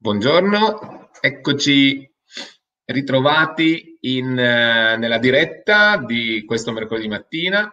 Buongiorno, eccoci ritrovati nella diretta di questo mercoledì mattina.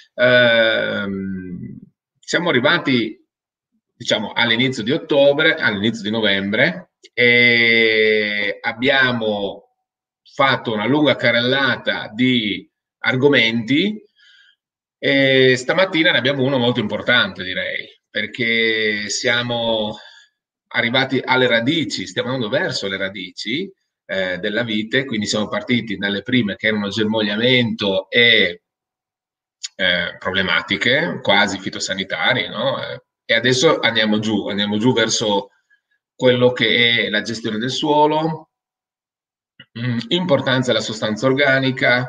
Siamo arrivati, diciamo, all'inizio di ottobre, all'inizio di novembre e abbiamo fatto una lunga carrellata di argomenti e stamattina ne abbiamo uno molto importante, direi, perché siamo arrivati alle radici, stiamo andando verso le radici della vite, quindi siamo partiti dalle prime che erano germogliamento e problematiche quasi fitosanitarie, no? E adesso andiamo giù verso quello che è la gestione del suolo, importanza della sostanza organica,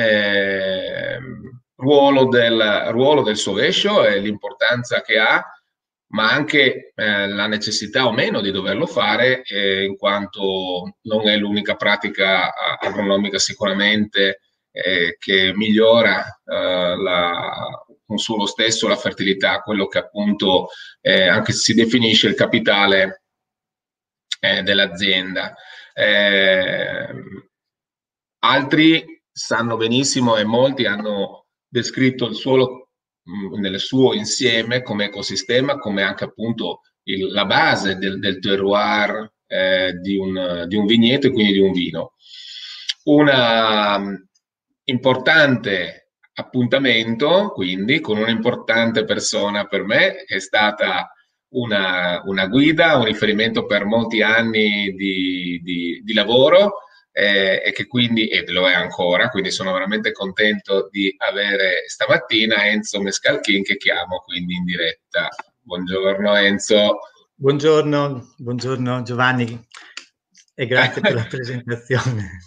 ruolo del sovescio e l'importanza che ha, ma anche la necessità o meno di doverlo fare, in quanto non è l'unica pratica agronomica sicuramente che migliora non solo stesso la fertilità, quello che appunto anche si definisce il capitale dell'azienda. Eh, Altri sanno benissimo e molti hanno descritto il suolo nel suo insieme come ecosistema, come anche appunto la base del terroir di un vigneto e quindi di un vino. Un importante appuntamento, quindi, con un'importante persona per me, che è stata una guida, un riferimento per molti anni di lavoro e che quindi, e lo è ancora, quindi sono veramente contento di avere stamattina Enzo Mescalchin che chiamo quindi in diretta. Buongiorno Enzo. Buongiorno Giovanni e grazie per la presentazione.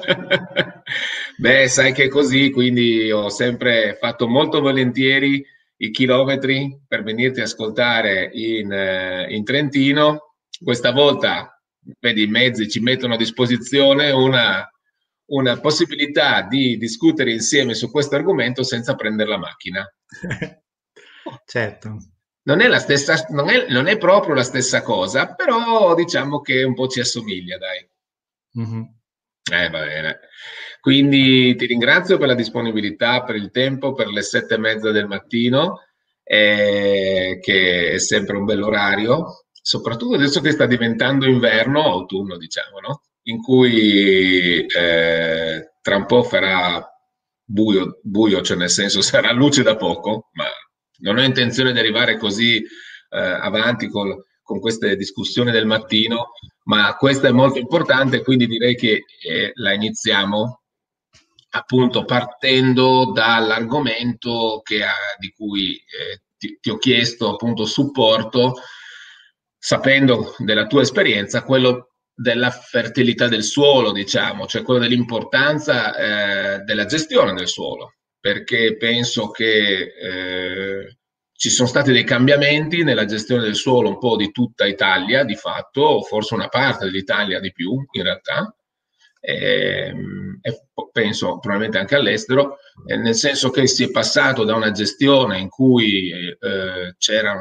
Beh, sai che è così, quindi ho sempre fatto molto volentieri i chilometri per venirti a ascoltare in Trentino. Questa volta, vedi, i mezzi ci mettono a disposizione una possibilità di discutere insieme su questo argomento senza prendere la macchina. Certo. Non è la stessa, non è proprio la stessa cosa, però diciamo che un po' ci assomiglia, dai. Mm-hmm. Va bene. Quindi ti ringrazio per la disponibilità, per il tempo, per le 7:30 del mattino, che è sempre un bell'orario, soprattutto adesso che sta diventando inverno, autunno, diciamo, no? In cui tra un po' farà buio, cioè nel senso sarà luce da poco, ma non ho intenzione di arrivare così avanti con queste discussioni del mattino, ma questa è molto importante, quindi direi che la iniziamo appunto partendo dall'argomento di cui ti ho chiesto appunto supporto, sapendo della tua esperienza, quello della fertilità del suolo, diciamo, cioè quello dell'importanza della gestione del suolo, perché penso che ci sono stati dei cambiamenti nella gestione del suolo un po' di tutta Italia, di fatto, o forse una parte dell'Italia di più, in realtà, e penso probabilmente anche all'estero, nel senso che si è passato da una gestione in cui c'era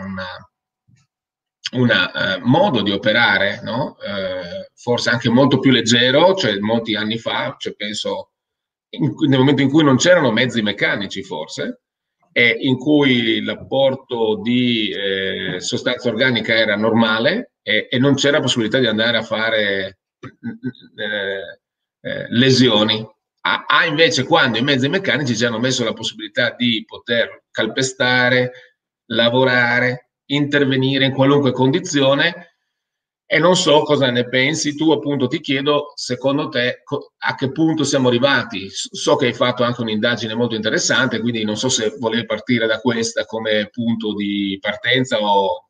un modo di operare, no? Forse anche molto più leggero, cioè molti anni fa, cioè penso nel momento in cui non c'erano mezzi meccanici forse, e in cui l'apporto di sostanza organica era normale e non c'era possibilità di andare a fare lesioni. Invece quando i mezzi meccanici ci hanno messo la possibilità di poter calpestare, lavorare, intervenire in qualunque condizione e non so cosa ne pensi tu, appunto ti chiedo secondo te a che punto siamo arrivati. So che hai fatto anche un'indagine molto interessante, quindi non so se volevi partire da questa come punto di partenza o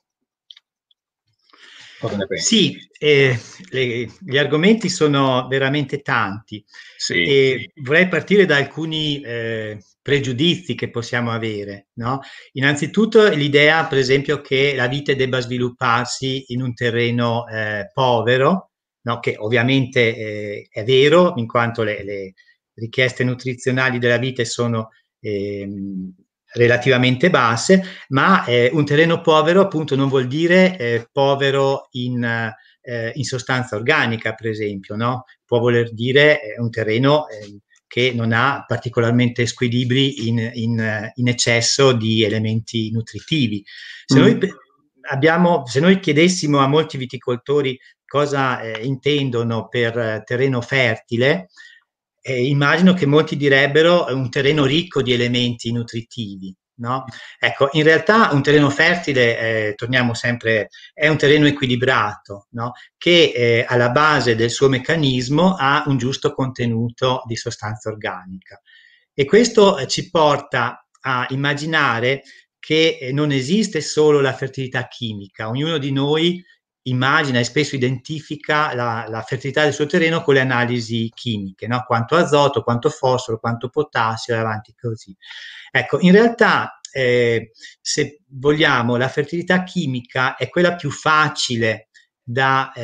cosa ne pensi. Sì, gli argomenti sono veramente tanti Sì, e vorrei partire da alcuni pregiudizi che possiamo avere, no? Innanzitutto l'idea, per esempio, che la vite debba svilupparsi in un terreno povero, no? Che ovviamente è vero, in quanto le richieste nutrizionali della vite sono relativamente basse, ma un terreno povero appunto non vuol dire povero in in sostanza organica, per esempio, no? Può voler dire un terreno che non ha particolarmente squilibri in eccesso di elementi nutritivi. Se noi se noi chiedessimo a molti viticoltori cosa intendono per terreno fertile, immagino che molti direbbero un terreno ricco di elementi nutritivi, no? Ecco, in realtà un terreno fertile, torniamo sempre, è un terreno equilibrato, no? Che alla base del suo meccanismo ha un giusto contenuto di sostanza organica. E questo ci porta a immaginare che non esiste solo la fertilità chimica, ognuno di noi immagina e spesso identifica la fertilità del suo terreno con le analisi chimiche, no? Quanto azoto, quanto fosforo, quanto potassio e avanti così. Ecco, in realtà se vogliamo la fertilità chimica è quella più facile da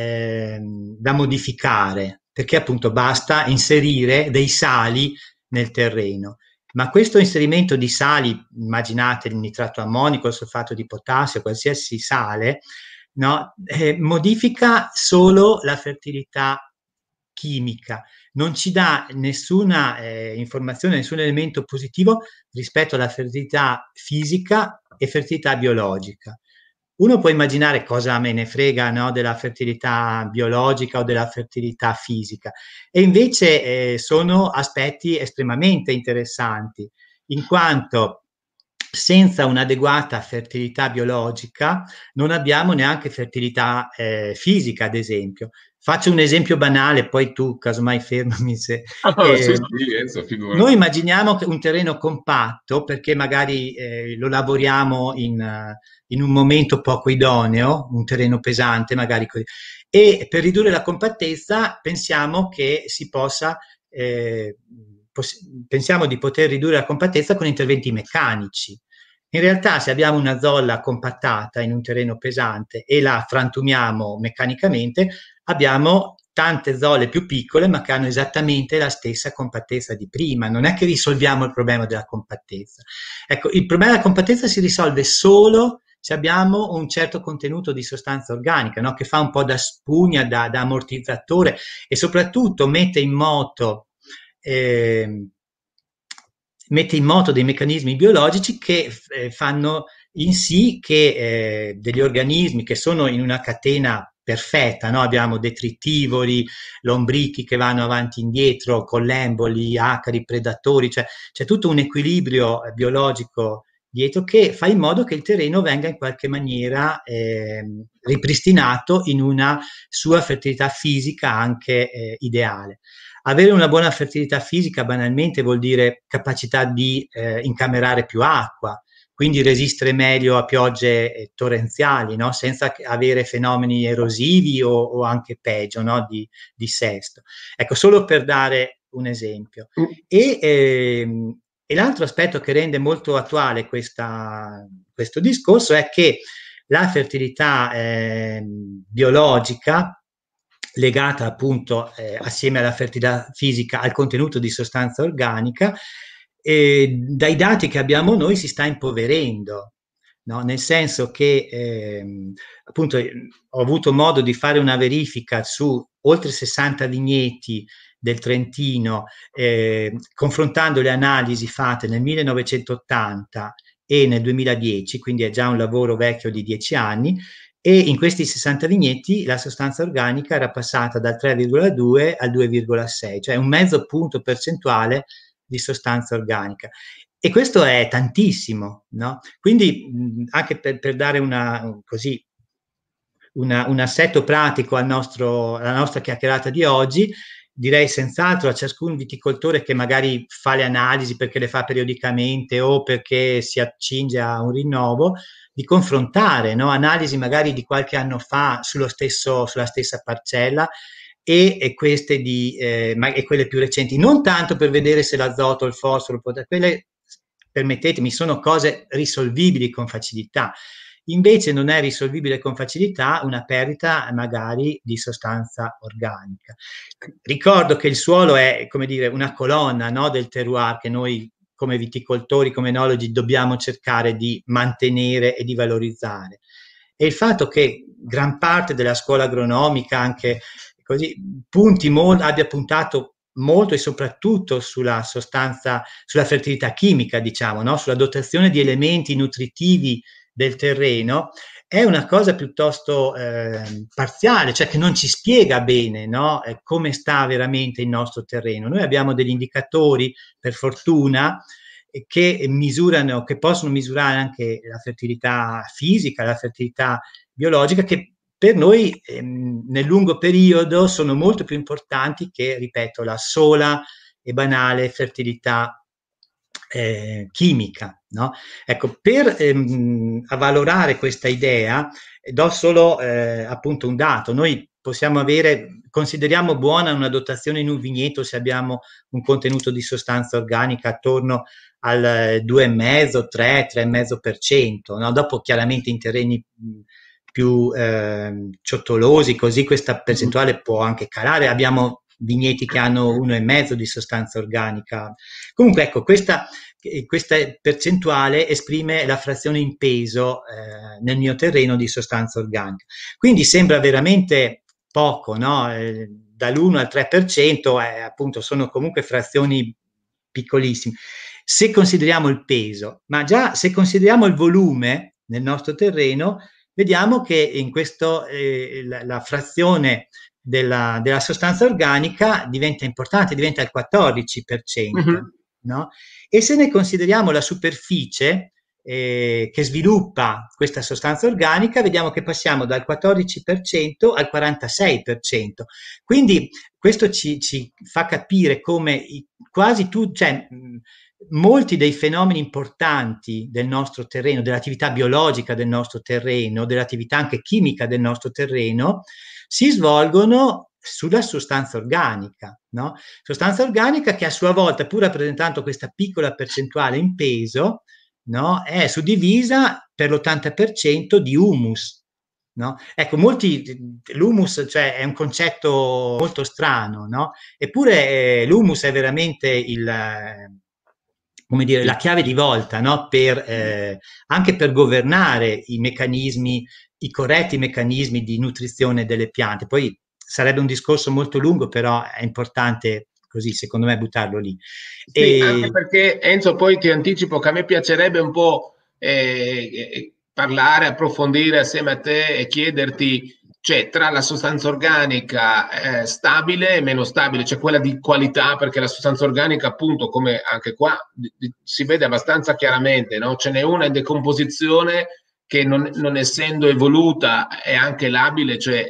modificare, perché appunto basta inserire dei sali nel terreno. Ma questo inserimento di sali, immaginate il nitrato ammonico, il solfato di potassio, qualsiasi sale, no? Modifica solo la fertilità chimica, non ci dà nessuna informazione, nessun elemento positivo rispetto alla fertilità fisica e fertilità biologica. Uno può immaginare cosa me ne frega, no, della fertilità biologica o della fertilità fisica, e invece sono aspetti estremamente interessanti, in quanto senza un'adeguata fertilità biologica non abbiamo neanche fertilità fisica, ad esempio. Faccio un esempio banale, poi tu casomai fermami se... Oh, sì, sì, Enzo, Noi figurati. immaginiamo che un terreno compatto, perché magari lo lavoriamo in un momento poco idoneo, un terreno pesante, magari così, e per ridurre la compattezza pensiamo che si possa, pensiamo di poter ridurre la compattezza con interventi meccanici. In realtà, se abbiamo una zolla compattata in un terreno pesante e la frantumiamo meccanicamente, abbiamo tante zolle più piccole ma che hanno esattamente la stessa compattezza di prima. Non è che risolviamo il problema della compattezza. Ecco, il problema della compattezza si risolve solo se abbiamo un certo contenuto di sostanza organica, no? Che fa un po' da spugna, da ammortizzatore, e soprattutto eh, mette in moto dei meccanismi biologici che fanno in sì che degli organismi che sono in una catena perfetta, no? Abbiamo detritivori, lombrichi che vanno avanti e indietro, collemboli, acari, predatori, cioè c'è tutto un equilibrio biologico dietro che fa in modo che il terreno venga in qualche maniera ripristinato in una sua fertilità fisica anche ideale. Avere una buona fertilità fisica banalmente vuol dire capacità di incamerare più acqua, quindi resistere meglio a piogge torrenziali, no? Senza avere fenomeni erosivi o anche peggio, no? Di sesto. Ecco, solo per dare un esempio. E l'altro aspetto che rende molto attuale questo discorso è che la fertilità biologica legata appunto assieme alla fertilità fisica al contenuto di sostanza organica, dai dati che abbiamo noi si sta impoverendo, no? Nel senso che appunto ho avuto modo di fare una verifica su oltre 60 vigneti del Trentino, confrontando le analisi fatte nel 1980 e nel 2010, quindi è già un lavoro vecchio di 10 anni, e in questi 60 vigneti la sostanza organica era passata dal 3,2 al 2,6, cioè un mezzo punto percentuale di sostanza organica. E questo è tantissimo, no? Quindi anche per dare così, un assetto pratico alla nostra chiacchierata di oggi, direi senz'altro a ciascun viticoltore che magari fa le analisi perché le fa periodicamente o perché si accinge a un rinnovo, di confrontare, no? Analisi magari di qualche anno fa sulla stessa parcella e quelle più recenti, non tanto per vedere se l'azoto, il fosforo, quelle, permettetemi, sono cose risolvibili con facilità. Invece non è risolvibile con facilità una perdita magari di sostanza organica. Ricordo che il suolo è, come dire, una colonna, no, del terroir che noi come viticoltori, come enologi dobbiamo cercare di mantenere e di valorizzare. e il fatto che gran parte della scuola agronomica, anche così, abbia puntato molto e soprattutto sulla sostanza, sulla fertilità chimica, diciamo, no? Sulla dotazione di elementi nutritivi del terreno, è una cosa piuttosto parziale, cioè che non ci spiega bene, no? Come sta veramente il nostro terreno. Noi abbiamo degli indicatori, per fortuna, che misurano, che possono misurare anche la fertilità fisica, la fertilità biologica, che per noi nel lungo periodo sono molto più importanti che, ripeto, la sola e banale fertilità chimica, no? Ecco, per avvalorare questa idea, do solo appunto un dato. Noi possiamo avere, consideriamo buona una dotazione in un vigneto se abbiamo un contenuto di sostanza organica attorno al 2,5, 3, 3,5%, no? Dopo chiaramente in terreni più ciottolosi, così questa percentuale può anche calare. Abbiamo vigneti che hanno 1,5 di sostanza organica. Comunque ecco, questa percentuale esprime la frazione in peso nel mio terreno di sostanza organica. Quindi sembra veramente poco, no? Dall'1 al 3% appunto sono comunque frazioni piccolissime. Se consideriamo il peso, ma già se consideriamo il volume nel nostro terreno, vediamo che in questo la frazione della sostanza organica diventa importante, diventa il 14%, no? E se ne consideriamo la superficie che sviluppa questa sostanza organica, vediamo che passiamo dal 14% al 46%. Quindi questo ci fa capire come quasi molti dei fenomeni importanti del nostro terreno, dell'attività biologica del nostro terreno, dell'attività anche chimica del nostro terreno, si svolgono sulla sostanza organica, no? Sostanza organica che a sua volta, pur rappresentando questa piccola percentuale in peso, no, è suddivisa per l'80% di humus, no? Ecco, l'humus, cioè, è un concetto molto strano, no? Eppure l'humus è veramente come dire, la chiave di volta, no? Anche per governare i corretti meccanismi di nutrizione delle piante. Poi sarebbe un discorso molto lungo, però è importante così, secondo me, buttarlo lì. Sì, anche perché Enzo, poi ti anticipo che a me piacerebbe un po' parlare, approfondire assieme a te e chiederti, cioè, tra la sostanza organica stabile e meno stabile, cioè quella di qualità, perché la sostanza organica, appunto, come anche qua si vede abbastanza chiaramente, no? Ce n'è una in decomposizione che non essendo evoluta è anche labile, cioè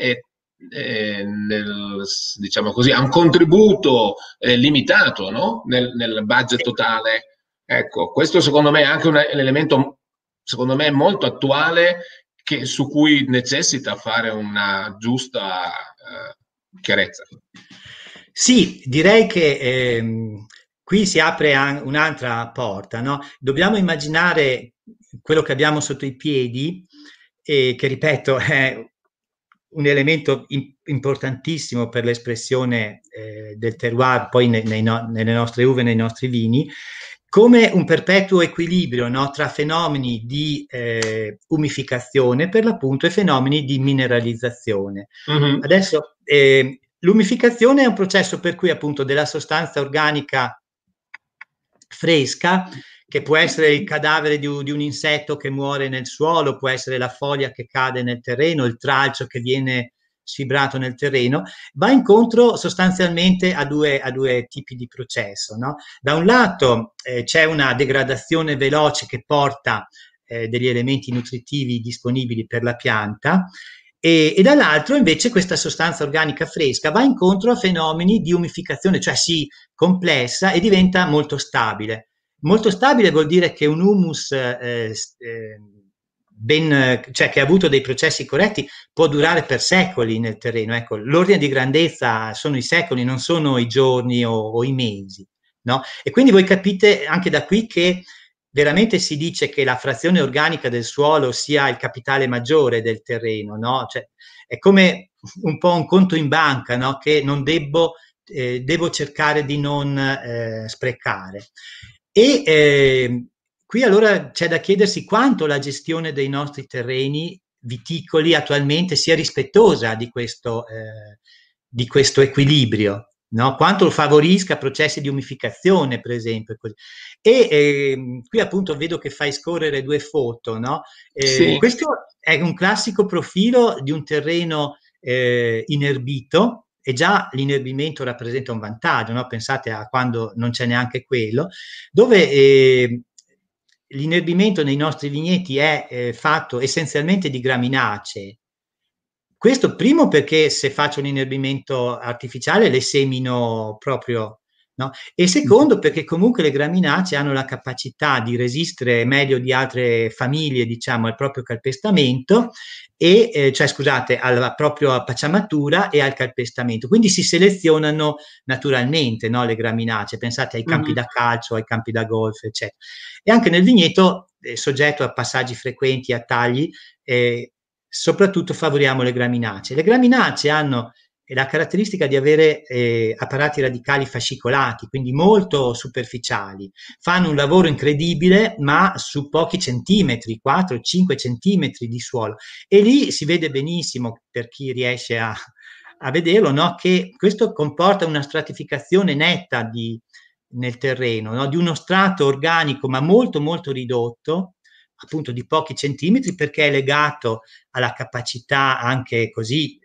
diciamo così, ha un contributo limitato, no? Nel budget totale. Ecco, questo secondo me è anche un elemento, secondo me, molto attuale su cui necessita fare una giusta chiarezza. Sì, direi che qui si apre un'altra porta, no? Dobbiamo immaginare quello che abbiamo sotto i piedi, che ripeto è un elemento importantissimo per l'espressione del terroir, poi nelle nostre uve, nei nostri vini, come un perpetuo equilibrio, no, tra fenomeni di umificazione per l'appunto e fenomeni di mineralizzazione. Adesso l'umificazione è un processo per cui appunto della sostanza organica fresca, che può essere il cadavere di un insetto che muore nel suolo, può essere la foglia che cade nel terreno, il tralcio che viene sfibrato nel terreno, va incontro sostanzialmente a due tipi di processo, no? Da un lato c'è una degradazione veloce che porta degli elementi nutritivi disponibili per la pianta, e dall'altro invece questa sostanza organica fresca va incontro a fenomeni di umificazione, cioè si complessa e diventa molto stabile. Molto stabile vuol dire che un humus cioè che ha avuto dei processi corretti può durare per secoli nel terreno. Ecco, l'ordine di grandezza sono i secoli, non sono i giorni o i mesi, no? E quindi voi capite anche da qui che veramente si dice che la frazione organica del suolo sia il capitale maggiore del terreno, no? Cioè, è come un po' un conto in banca, no? Che non devo cercare di non sprecare. E qui allora c'è da chiedersi quanto la gestione dei nostri terreni viticoli attualmente sia rispettosa di questo equilibrio, no? Quanto lo favorisca processi di umificazione, per esempio. Qui appunto vedo che fai scorrere due foto, no? Sì, Questo è un classico profilo di un terreno inerbito, e già l'inerbimento rappresenta un vantaggio, no? Pensate a quando non c'è neanche quello, dove l'inerbimento nei nostri vigneti è fatto essenzialmente di graminacee. Questo primo perché se faccio un inerbimento artificiale le semino proprio, no? E secondo perché comunque le graminacee hanno la capacità di resistere meglio di altre famiglie, diciamo, al proprio calpestamento, cioè scusate, alla propria pacciamatura e al calpestamento. Quindi si selezionano naturalmente, no, le graminacee. Pensate ai campi da calcio, ai campi da golf, eccetera. E anche nel vigneto, soggetto a passaggi frequenti, a tagli, soprattutto favoriamo le graminacee. Le graminacee hanno la caratteristica di avere apparati radicali fascicolati, quindi molto superficiali, fanno un lavoro incredibile ma su pochi centimetri, 4-5 centimetri di suolo, e lì si vede benissimo, per chi riesce a vederlo, no? Che questo comporta una stratificazione netta nel terreno, no? Di uno strato organico ma molto molto ridotto, appunto di pochi centimetri, perché è legato alla capacità anche così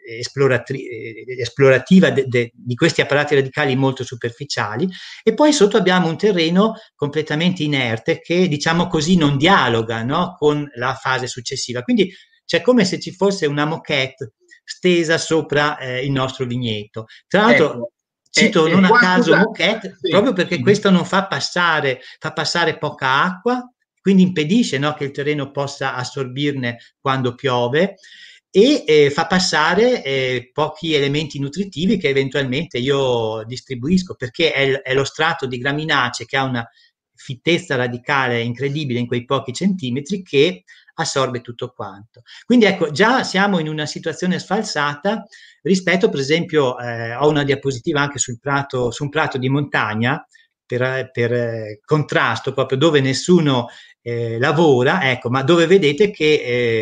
esplorativa di questi apparati radicali molto superficiali, e poi sotto abbiamo un terreno completamente inerte che, diciamo così, non dialoga, no, con la fase successiva. Quindi c'è come se ci fosse una moquette stesa sopra il nostro vigneto. Tra l'altro ecco. cito E non a qua caso scusa, moquette sì. proprio perché questo non fa passare poca acqua, quindi impedisce, no, che il terreno possa assorbirne quando piove, e fa passare pochi elementi nutritivi che eventualmente io distribuisco, perché è lo strato di graminacee che ha una fittezza radicale incredibile in quei pochi centimetri, che assorbe tutto quanto. Quindi ecco, già siamo in una situazione sfalsata rispetto, per esempio, ho una diapositiva anche su un prato di montagna, per contrasto, proprio dove nessuno lavora, ecco, ma dove vedete che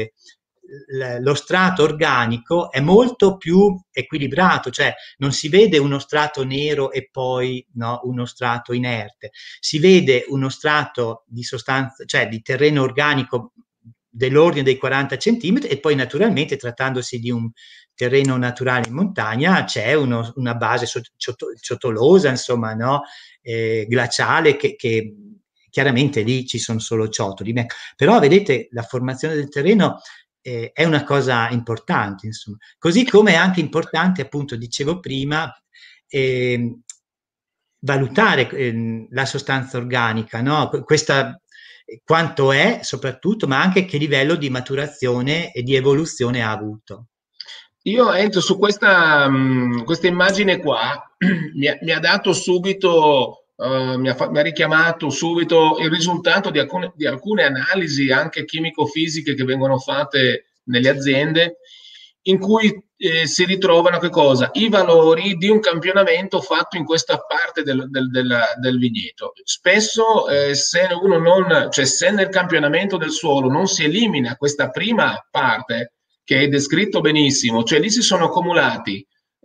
lo strato organico è molto più equilibrato, cioè non si vede uno strato nero e poi, no, uno strato inerte, si vede uno strato di sostanza, cioè di terreno organico dell'ordine dei 40 centimetri, e poi naturalmente, trattandosi di un terreno naturale in montagna, c'è una base ciotolosa, insomma, no? Glaciale, che chiaramente lì ci sono solo ciottoli. Però vedete, la formazione del terreno è una cosa importante, insomma. Così come è anche importante, appunto, dicevo prima, eh, valutare la sostanza organica, no? Questa quanto è soprattutto, ma anche che livello di maturazione e di evoluzione ha avuto. Io entro su questa immagine qua, mi ha dato subito, mi ha richiamato subito il risultato di alcune analisi anche chimico-fisiche che vengono fatte nelle aziende, in cui si ritrovano che cosa? I valori di un campionamento fatto in questa parte del vigneto. Spesso se uno non, cioè se nel campionamento del suolo non si elimina questa prima parte, che hai descritto benissimo, cioè lì si sono accumulati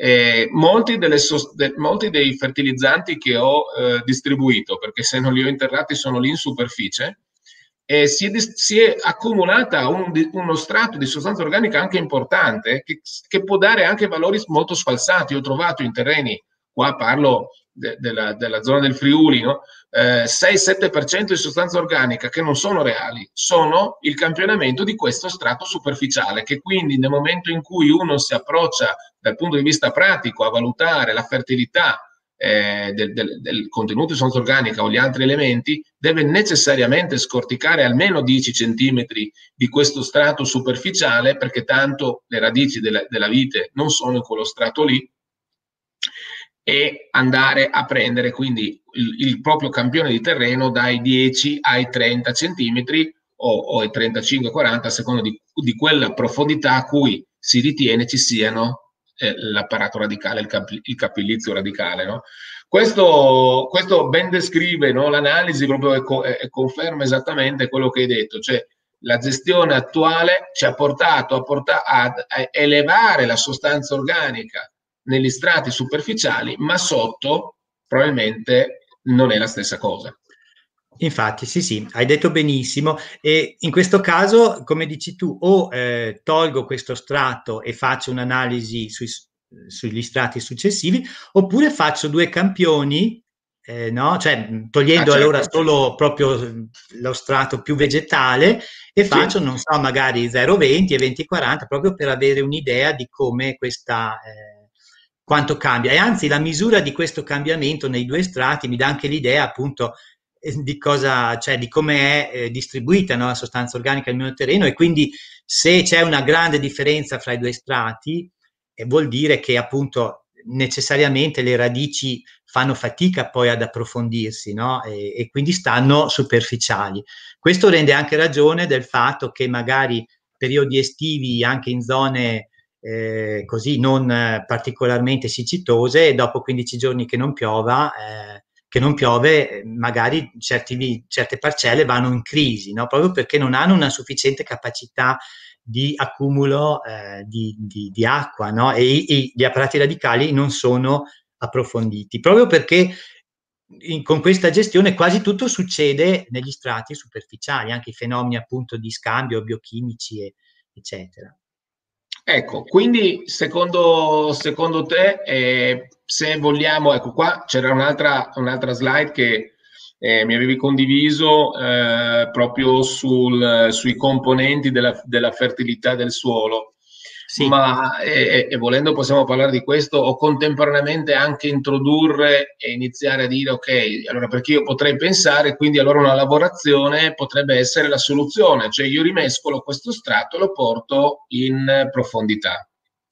molti dei fertilizzanti che ho distribuito, perché se non li ho interrati sono lì in superficie, e si è accumulata uno strato di sostanza organica anche importante, che può dare anche valori molto sfalsati. Ho trovato in terreni, qua parlo della zona del Friuli, no? 6-7% di sostanza organica che non sono reali, sono il campionamento di questo strato superficiale, che quindi nel momento in cui uno si approccia dal punto di vista pratico a valutare la fertilità del contenuto di sostanza organica o gli altri elementi, deve necessariamente scorticare almeno 10 centimetri di questo strato superficiale, perché tanto le radici della vite non sono in quello strato lì, e andare a prendere quindi il proprio campione di terreno dai 10 ai 30 centimetri o ai 35-40, a seconda di quella profondità a cui si ritiene ci siano l'apparato radicale, il capillizio radicale. No? Questo ben descrive, no, l'analisi, proprio conferma esattamente quello che hai detto, cioè la gestione attuale ci ha portato a elevare la sostanza organica negli strati superficiali, ma sotto probabilmente non è la stessa cosa. Infatti, sì, sì, hai detto benissimo. E in questo caso, come dici tu, o tolgo questo strato e faccio un'analisi sugli strati successivi, oppure faccio due campioni, no? Cioè Ah, togliendo allora certo. solo proprio lo strato più vegetale e Sì. faccio, non so, magari 0,20 e 20,40 proprio per avere un'idea di come questa, quanto cambia. E anzi, la misura di questo cambiamento nei due strati mi dà anche l'idea, appunto, di cosa, cioè di come è distribuita, no, la sostanza organica nel mio terreno, e quindi se c'è una grande differenza fra i due strati, vuol dire che appunto necessariamente le radici fanno fatica poi ad approfondirsi, no? E quindi stanno superficiali. Questo rende anche ragione del fatto che magari periodi estivi anche in zone così non particolarmente siccitose, e dopo 15 giorni che non piove, magari certe parcelle vanno in crisi, no? Proprio perché non hanno una sufficiente capacità di accumulo di acqua, no? E gli apparati radicali non sono approfonditi, proprio perché con questa gestione quasi tutto succede negli strati superficiali, anche i fenomeni appunto di scambio biochimici, eccetera. Ecco, quindi secondo te, se vogliamo, ecco qua c'era un'altra slide che mi avevi condiviso proprio sui componenti della fertilità del suolo, Sì. ma e volendo possiamo parlare di questo o contemporaneamente anche introdurre e iniziare a dire ok, allora perché io potrei pensare, quindi allora una lavorazione potrebbe essere la soluzione, cioè io rimescolo questo strato e lo porto in profondità.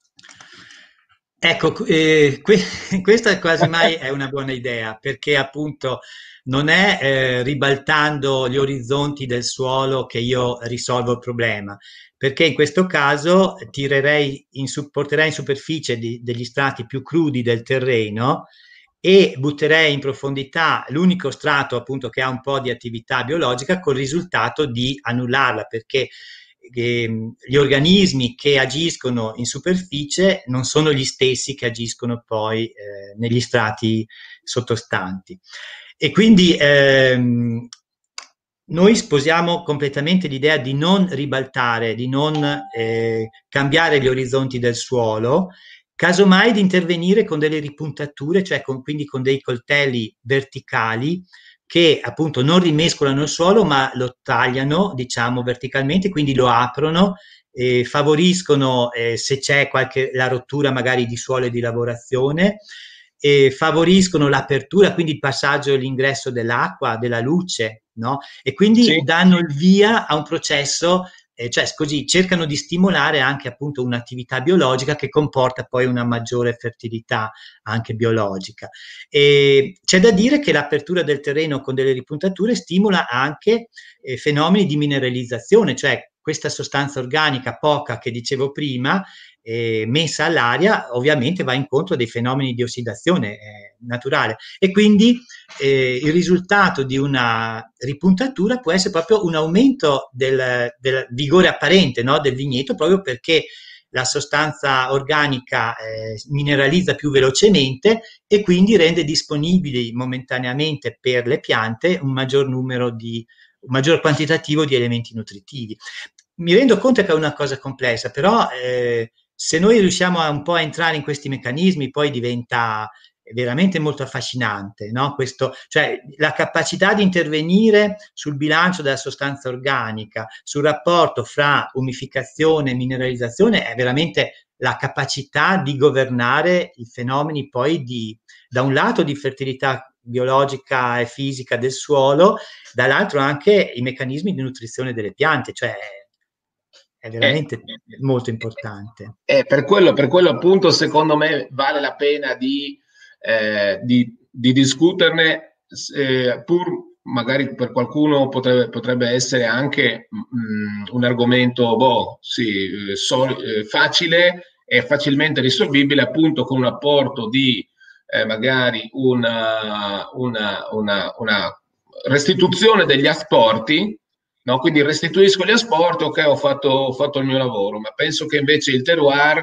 Ecco, questa quasi mai è una buona idea, perché appunto non è ribaltando gli orizzonti del suolo che io risolvo il problema, perché in questo caso porterei in superficie degli strati più crudi del terreno e butterei in profondità l'unico strato appunto che ha un po' di attività biologica, col risultato di annullarla, perché gli organismi che agiscono in superficie non sono gli stessi che agiscono poi negli strati sottostanti. E quindi noi sposiamo completamente l'idea di non ribaltare, di non cambiare gli orizzonti del suolo, casomai di intervenire con delle ripuntature, cioè quindi con dei coltelli verticali che appunto non rimescolano il suolo, ma lo tagliano, diciamo, verticalmente, quindi lo aprono, favoriscono, se c'è la rottura magari di suolo e di lavorazione, favoriscono l'apertura, quindi il passaggio e l'ingresso dell'acqua, della luce, no? E quindi Sì, danno il via a un processo, cioè così cercano di stimolare anche appunto un'attività biologica che comporta poi una maggiore fertilità anche biologica. E c'è da dire che l'apertura del terreno con delle ripuntature stimola anche fenomeni di mineralizzazione, cioè questa sostanza organica poca che dicevo prima, messa all'aria, ovviamente va incontro a dei fenomeni di ossidazione naturale, e quindi il risultato di una ripuntatura può essere proprio un aumento del vigore apparente, no, del vigneto, proprio perché la sostanza organica mineralizza più velocemente e quindi rende disponibili momentaneamente per le piante un maggior quantitativo di elementi nutritivi. Mi rendo conto che è una cosa complessa, però se noi riusciamo un po' a entrare in questi meccanismi, poi diventa veramente molto affascinante, no? Cioè la capacità di intervenire sul bilancio della sostanza organica, sul rapporto fra umificazione e mineralizzazione, è veramente la capacità di governare i fenomeni poi da un lato di fertilità biologica e fisica del suolo, dall'altro anche i meccanismi di nutrizione delle piante, cioè è eh, veramente molto importante. per quello appunto secondo me vale la pena di discuterne, pur magari per qualcuno potrebbe essere anche un argomento boh, sì, facile e facilmente risolvibile appunto con un apporto di magari una restituzione degli asporti no? Quindi restituisco gli asporti, ok, ho fatto il mio lavoro, ma penso che invece il terroir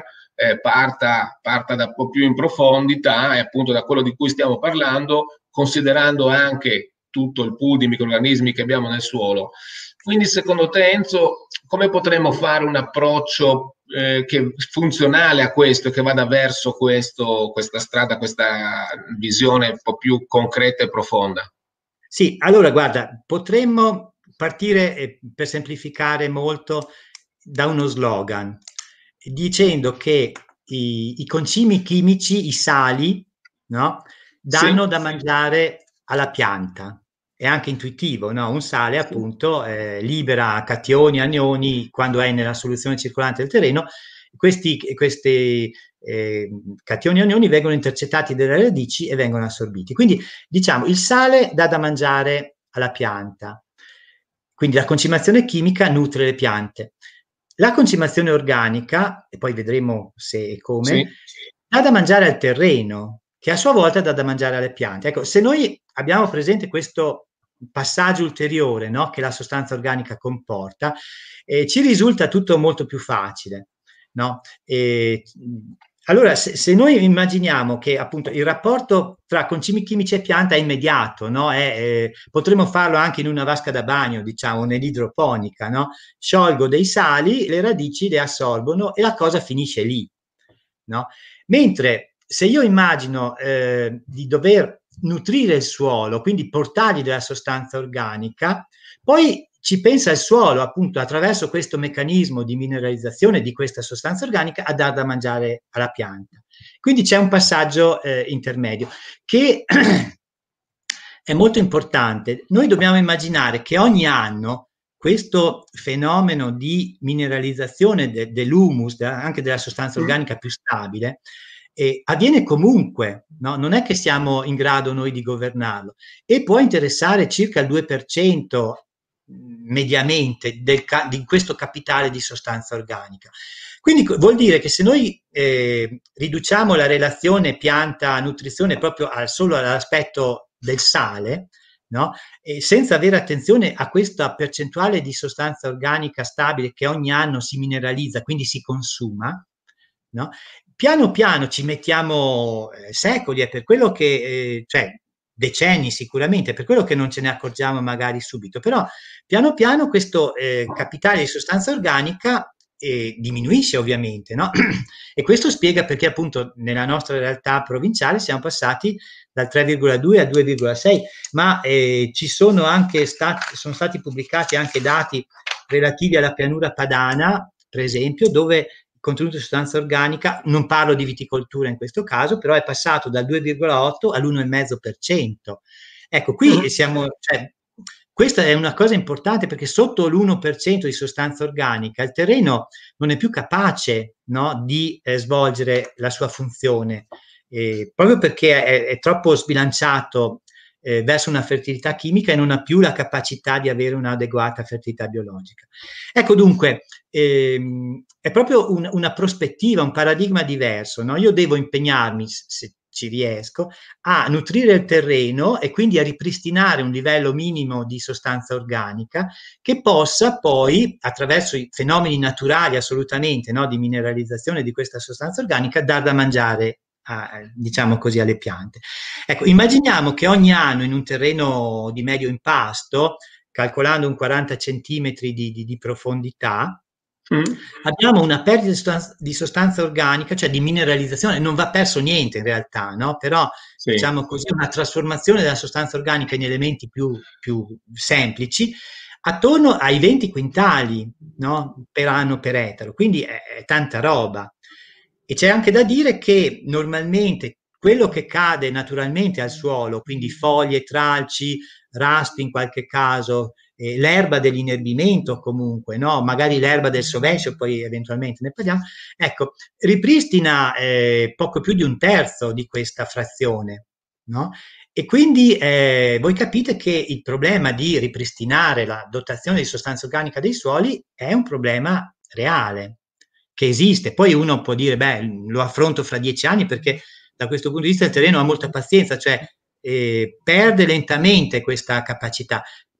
parta da un po' più in profondità e appunto da quello di cui stiamo parlando, considerando anche tutto il pool di microrganismi che abbiamo nel suolo. Quindi secondo te, Enzo, come potremmo fare un approccio funzionale a questo, che vada verso questa strada, questa visione un po' più concreta e profonda? Sì, allora guarda, potremmo partire, per semplificare molto, da uno slogan, dicendo che i concimi chimici, i sali, no, danno Sì, da mangiare alla pianta. È anche intuitivo, no? Un sale sì, appunto libera cationi, anioni quando è nella soluzione circolante del terreno. Questi cationi e anioni vengono intercettati dalle radici e vengono assorbiti. Quindi diciamo il sale dà da mangiare alla pianta, quindi la concimazione chimica nutre le piante. La concimazione organica, e poi vedremo se e come, sì, dà da mangiare al terreno, che a sua volta dà da mangiare alle piante. Ecco, se noi abbiamo presente questo passaggio ulteriore, no, che la sostanza organica comporta, ci risulta tutto molto più facile, no? Allora, se noi immaginiamo che appunto il rapporto tra concimi chimici e pianta è immediato, no? Potremmo farlo anche in una vasca da bagno, diciamo, nell'idroponica, no? Sciolgo dei sali, le radici le assorbono e la cosa finisce lì, no? Mentre se io immagino di dover nutrire il suolo, quindi portargli della sostanza organica, poi ci pensa il suolo, appunto, attraverso questo meccanismo di mineralizzazione di questa sostanza organica a dar da mangiare alla pianta. Quindi c'è un passaggio intermedio che è molto importante. Noi dobbiamo immaginare che ogni anno questo fenomeno di mineralizzazione dell'humus, anche della sostanza organica più stabile, avviene comunque, no? Non è che siamo in grado noi di governarlo e può interessare circa il 2% mediamente di questo capitale di sostanza organica. Quindi vuol dire che se noi riduciamo la relazione pianta-nutrizione proprio solo all'aspetto del sale, no? E senza avere attenzione a questa percentuale di sostanza organica stabile che ogni anno si mineralizza, quindi si consuma, no? Piano piano ci mettiamo secoli, è per quello che, cioè decenni sicuramente, per quello che non ce ne accorgiamo magari subito, però piano piano questo capitale di sostanza organica diminuisce ovviamente, no? E questo spiega perché appunto nella nostra realtà provinciale siamo passati dal 3,2 al 2,6, ma ci sono anche sono stati pubblicati anche dati relativi alla pianura padana, per esempio, dove il contenuto di sostanza organica, non parlo di viticoltura in questo caso, però è passato dal 2,8 all'1,5%. Ecco, qui siamo, cioè, questa è una cosa importante perché sotto l'1% di sostanza organica il terreno non è più capace, no, di svolgere la sua funzione, proprio perché è troppo sbilanciato verso una fertilità chimica e non ha più la capacità di avere un'adeguata fertilità biologica. Ecco dunque, è proprio una prospettiva, un paradigma diverso, no? Io devo impegnarmi, se ci riesco, a nutrire il terreno e quindi a ripristinare un livello minimo di sostanza organica che possa poi, attraverso i fenomeni naturali assolutamente, no, di mineralizzazione di questa sostanza organica, dar da mangiare diciamo così, alle piante. Ecco, immaginiamo che ogni anno in un terreno di medio impasto, calcolando un 40 centimetri di profondità, abbiamo una perdita di sostanza organica, cioè di mineralizzazione, non va perso niente in realtà, no? Però sì. diciamo così una trasformazione della sostanza organica in elementi più semplici attorno ai 20 quintali, no? Per anno per ettaro, quindi è tanta roba. E c'è anche da dire che normalmente quello che cade naturalmente al suolo, quindi foglie, tralci, raspi in qualche caso, l'erba dell'inerbimento comunque, no? Magari l'erba del sovescio, poi eventualmente ne parliamo, ecco, ripristina poco più di un terzo di questa frazione, no? E quindi voi capite che il problema di ripristinare la dotazione di sostanza organica dei suoli è un problema reale, che esiste. Poi uno può dire, beh, lo affronto fra 10 anni perché da questo punto di vista il terreno ha molta pazienza, cioè perde lentamente questa capacità.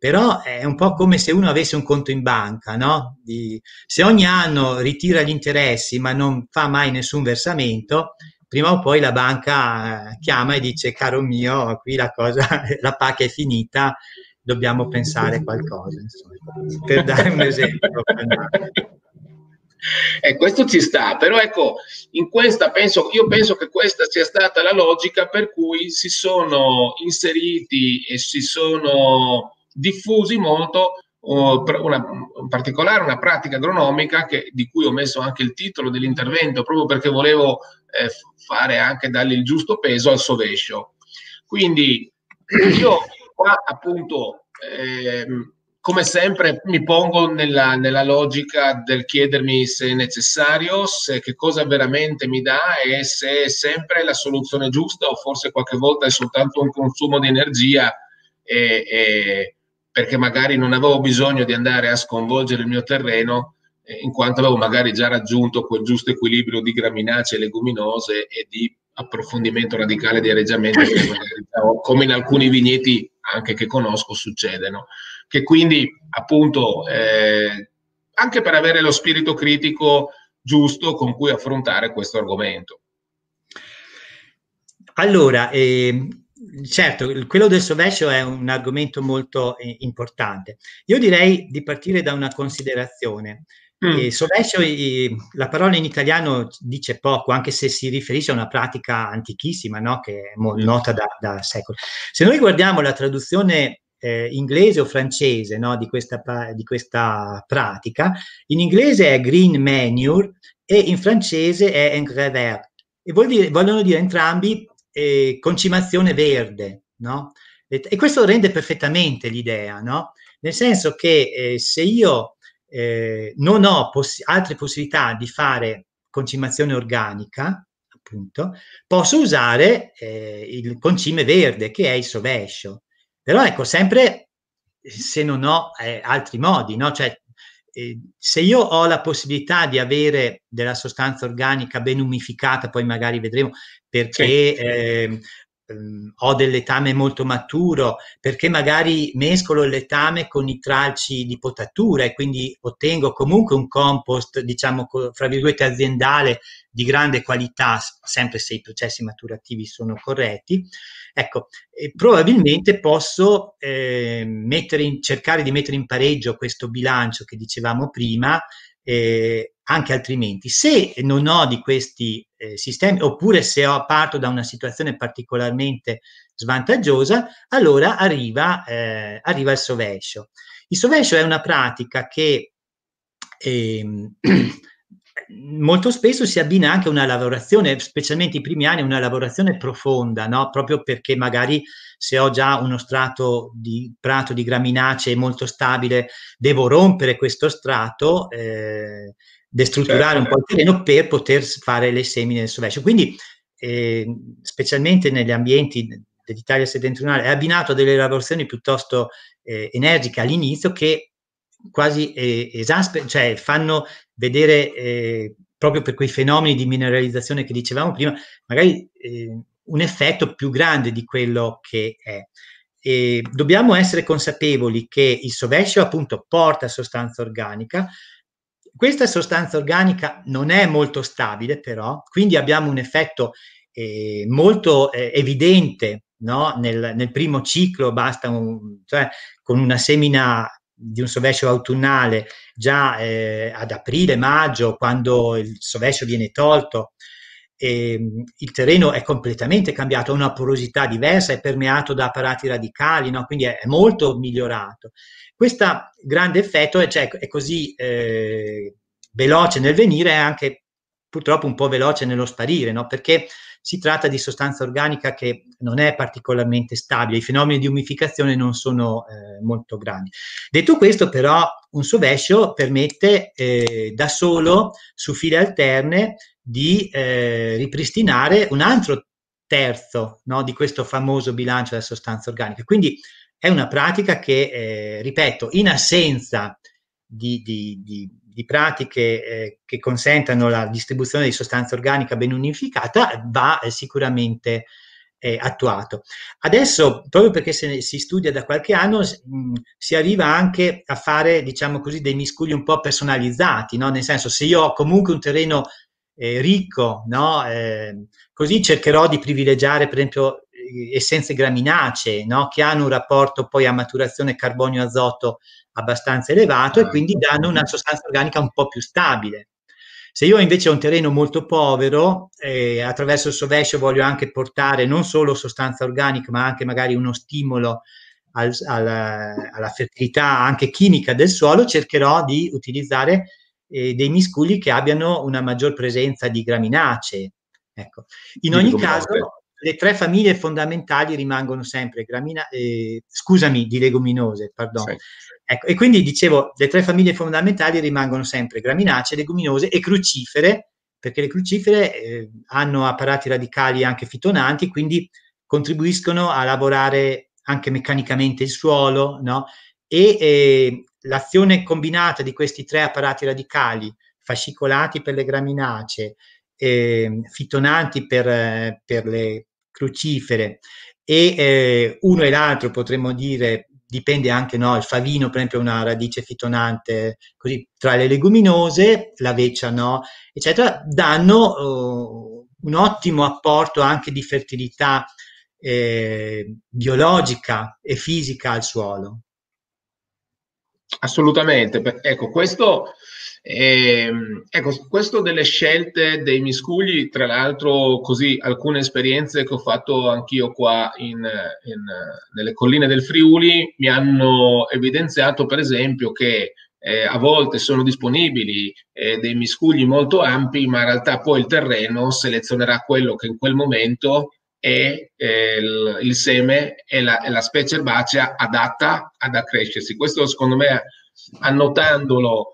però è un po' come se uno avesse un conto in banca, no? Se ogni anno ritira gli interessi ma non fa mai nessun versamento, prima o poi la banca chiama e dice: caro mio, qui la cosa, la pacca è finita, dobbiamo pensare a qualcosa, insomma, per dare un esempio banale. E questo ci sta, però ecco, io penso che questa sia stata la logica per cui si sono inseriti e si sono diffusi molto, in particolare una pratica agronomica di cui ho messo anche il titolo dell'intervento, proprio perché volevo fare anche dargli il giusto peso al sovescio. Quindi io qua appunto come sempre mi pongo nella logica del chiedermi se è necessario, se che cosa veramente mi dà e se è sempre la soluzione giusta o forse qualche volta è soltanto un consumo di energia perché magari non avevo bisogno di andare a sconvolgere il mio terreno in quanto avevo magari già raggiunto quel giusto equilibrio di graminacee e leguminose e di approfondimento radicale di areggiamento che magari, come in alcuni vigneti anche che conosco, succedono. Che quindi, appunto, anche per avere lo spirito critico giusto con cui affrontare questo argomento. Allora, certo, quello del sovescio è un argomento molto importante. Io direi di partire da una considerazione. Sovescio, la parola in italiano dice poco, anche se si riferisce a una pratica antichissima, no? Che è nota da secoli. Se noi guardiamo la traduzione inglese o francese, no? di questa pratica, in inglese è green manure e in francese è engrais vert. E vogliono dire entrambi concimazione verde, no? E questo rende perfettamente l'idea, no? Nel senso che se io non ho altre possibilità di fare concimazione organica, appunto, posso usare il concime verde, che è il sovescio. Però ecco, sempre se non ho altri modi, no? Cioè, se io ho la possibilità di avere della sostanza organica ben umificata, poi magari vedremo perché ho del letame molto maturo, perché magari mescolo il letame con i tralci di potatura e quindi ottengo comunque un compost, diciamo, fra virgolette aziendale di grande qualità, sempre se i processi maturativi sono corretti. Ecco, probabilmente posso cercare di mettere in pareggio questo bilancio che dicevamo prima, anche altrimenti. Se non ho di questi sistemi, oppure se parto da una situazione particolarmente svantaggiosa, allora arriva il sovescio. Il sovescio è una pratica che molto spesso si abbina anche a una lavorazione, specialmente i primi anni, una lavorazione profonda, no? Proprio perché magari se ho già uno strato di prato di graminacee molto stabile, devo rompere questo strato, destrutturare un po' il terreno per poter fare le semine del sovescio. Quindi, specialmente negli ambienti dell'Italia settentrionale, è abbinato a delle lavorazioni piuttosto energiche all'inizio che quasi cioè fanno vedere proprio per quei fenomeni di mineralizzazione che dicevamo prima, magari un effetto più grande di quello che è. E dobbiamo essere consapevoli che il sovescio appunto porta sostanza organica. Questa sostanza organica non è molto stabile, però, quindi abbiamo un effetto molto evidente, no? Nel primo ciclo basta cioè, con una semina di un sovescio autunnale già ad aprile, maggio, quando il sovescio viene tolto, il terreno è completamente cambiato, ha una porosità diversa, è permeato da apparati radicali, no? Quindi è molto migliorato. Questo grande effetto è così veloce nel venire e anche purtroppo un po' veloce nello sparire, no? Perché si tratta di sostanza organica che non è particolarmente stabile, i fenomeni di umificazione non sono molto grandi. Detto questo, però, un sovescio permette da solo, su file alterne, di ripristinare un altro terzo, no, di questo famoso bilancio della sostanza organica. Quindi è una pratica che, ripeto, in assenza di pratiche che consentano la distribuzione di sostanza organica ben unificata va sicuramente attuato. Adesso, proprio perché si studia da qualche anno, si arriva anche a fare, diciamo così, dei miscugli un po' personalizzati, no? Nel senso, se io ho comunque un terreno ricco, no? Così cercherò di privilegiare, per esempio, essenze graminacee, no? Che hanno un rapporto poi a maturazione carbonio-azoto abbastanza elevato e quindi danno una sostanza organica un po' più stabile. Se io invece ho un terreno molto povero, attraverso il sovescio voglio anche portare non solo sostanza organica, ma anche magari uno stimolo alla fertilità anche chimica del suolo, cercherò di utilizzare dei miscugli che abbiano una maggior presenza di graminacee. Ecco. In di ogni leguminose. caso, le tre famiglie fondamentali rimangono sempre scusami, di leguminose, pardon. Sì. Ecco, e quindi dicevo, le tre famiglie fondamentali rimangono sempre graminacee, leguminose e crucifere, perché le crucifere hanno apparati radicali anche fitonanti, quindi contribuiscono a lavorare anche meccanicamente il suolo, no? E l'azione combinata di questi tre apparati radicali, fascicolati per le graminacee, fitonanti per le crucifere e uno e l'altro potremmo dire, dipende anche, no, il favino per esempio è una radice fitonante, così tra le leguminose, la veccia no, eccetera, danno un ottimo apporto anche di fertilità biologica e fisica al suolo. Assolutamente. Ecco, questo delle scelte dei miscugli, tra l'altro, così alcune esperienze che ho fatto anch'io qua nelle colline del Friuli mi hanno evidenziato, per esempio, che a volte sono disponibili dei miscugli molto ampi, ma in realtà poi il terreno selezionerà quello che in quel momento è il seme e la specie erbacea adatta ad accrescersi. Questo secondo me, annotandolo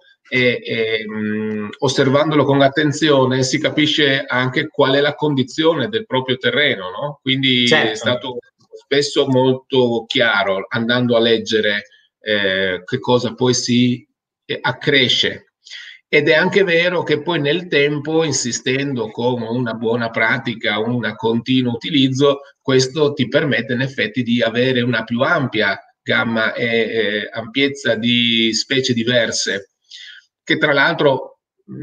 e osservandolo con attenzione, si capisce anche qual è la condizione del proprio terreno, no? Quindi è Certo. stato spesso molto chiaro andando a leggere che cosa poi si accresce. Ed è anche vero che poi nel tempo, insistendo con una buona pratica, un continuo utilizzo, questo ti permette in effetti di avere una più ampia gamma e ampiezza di specie diverse, che tra l'altro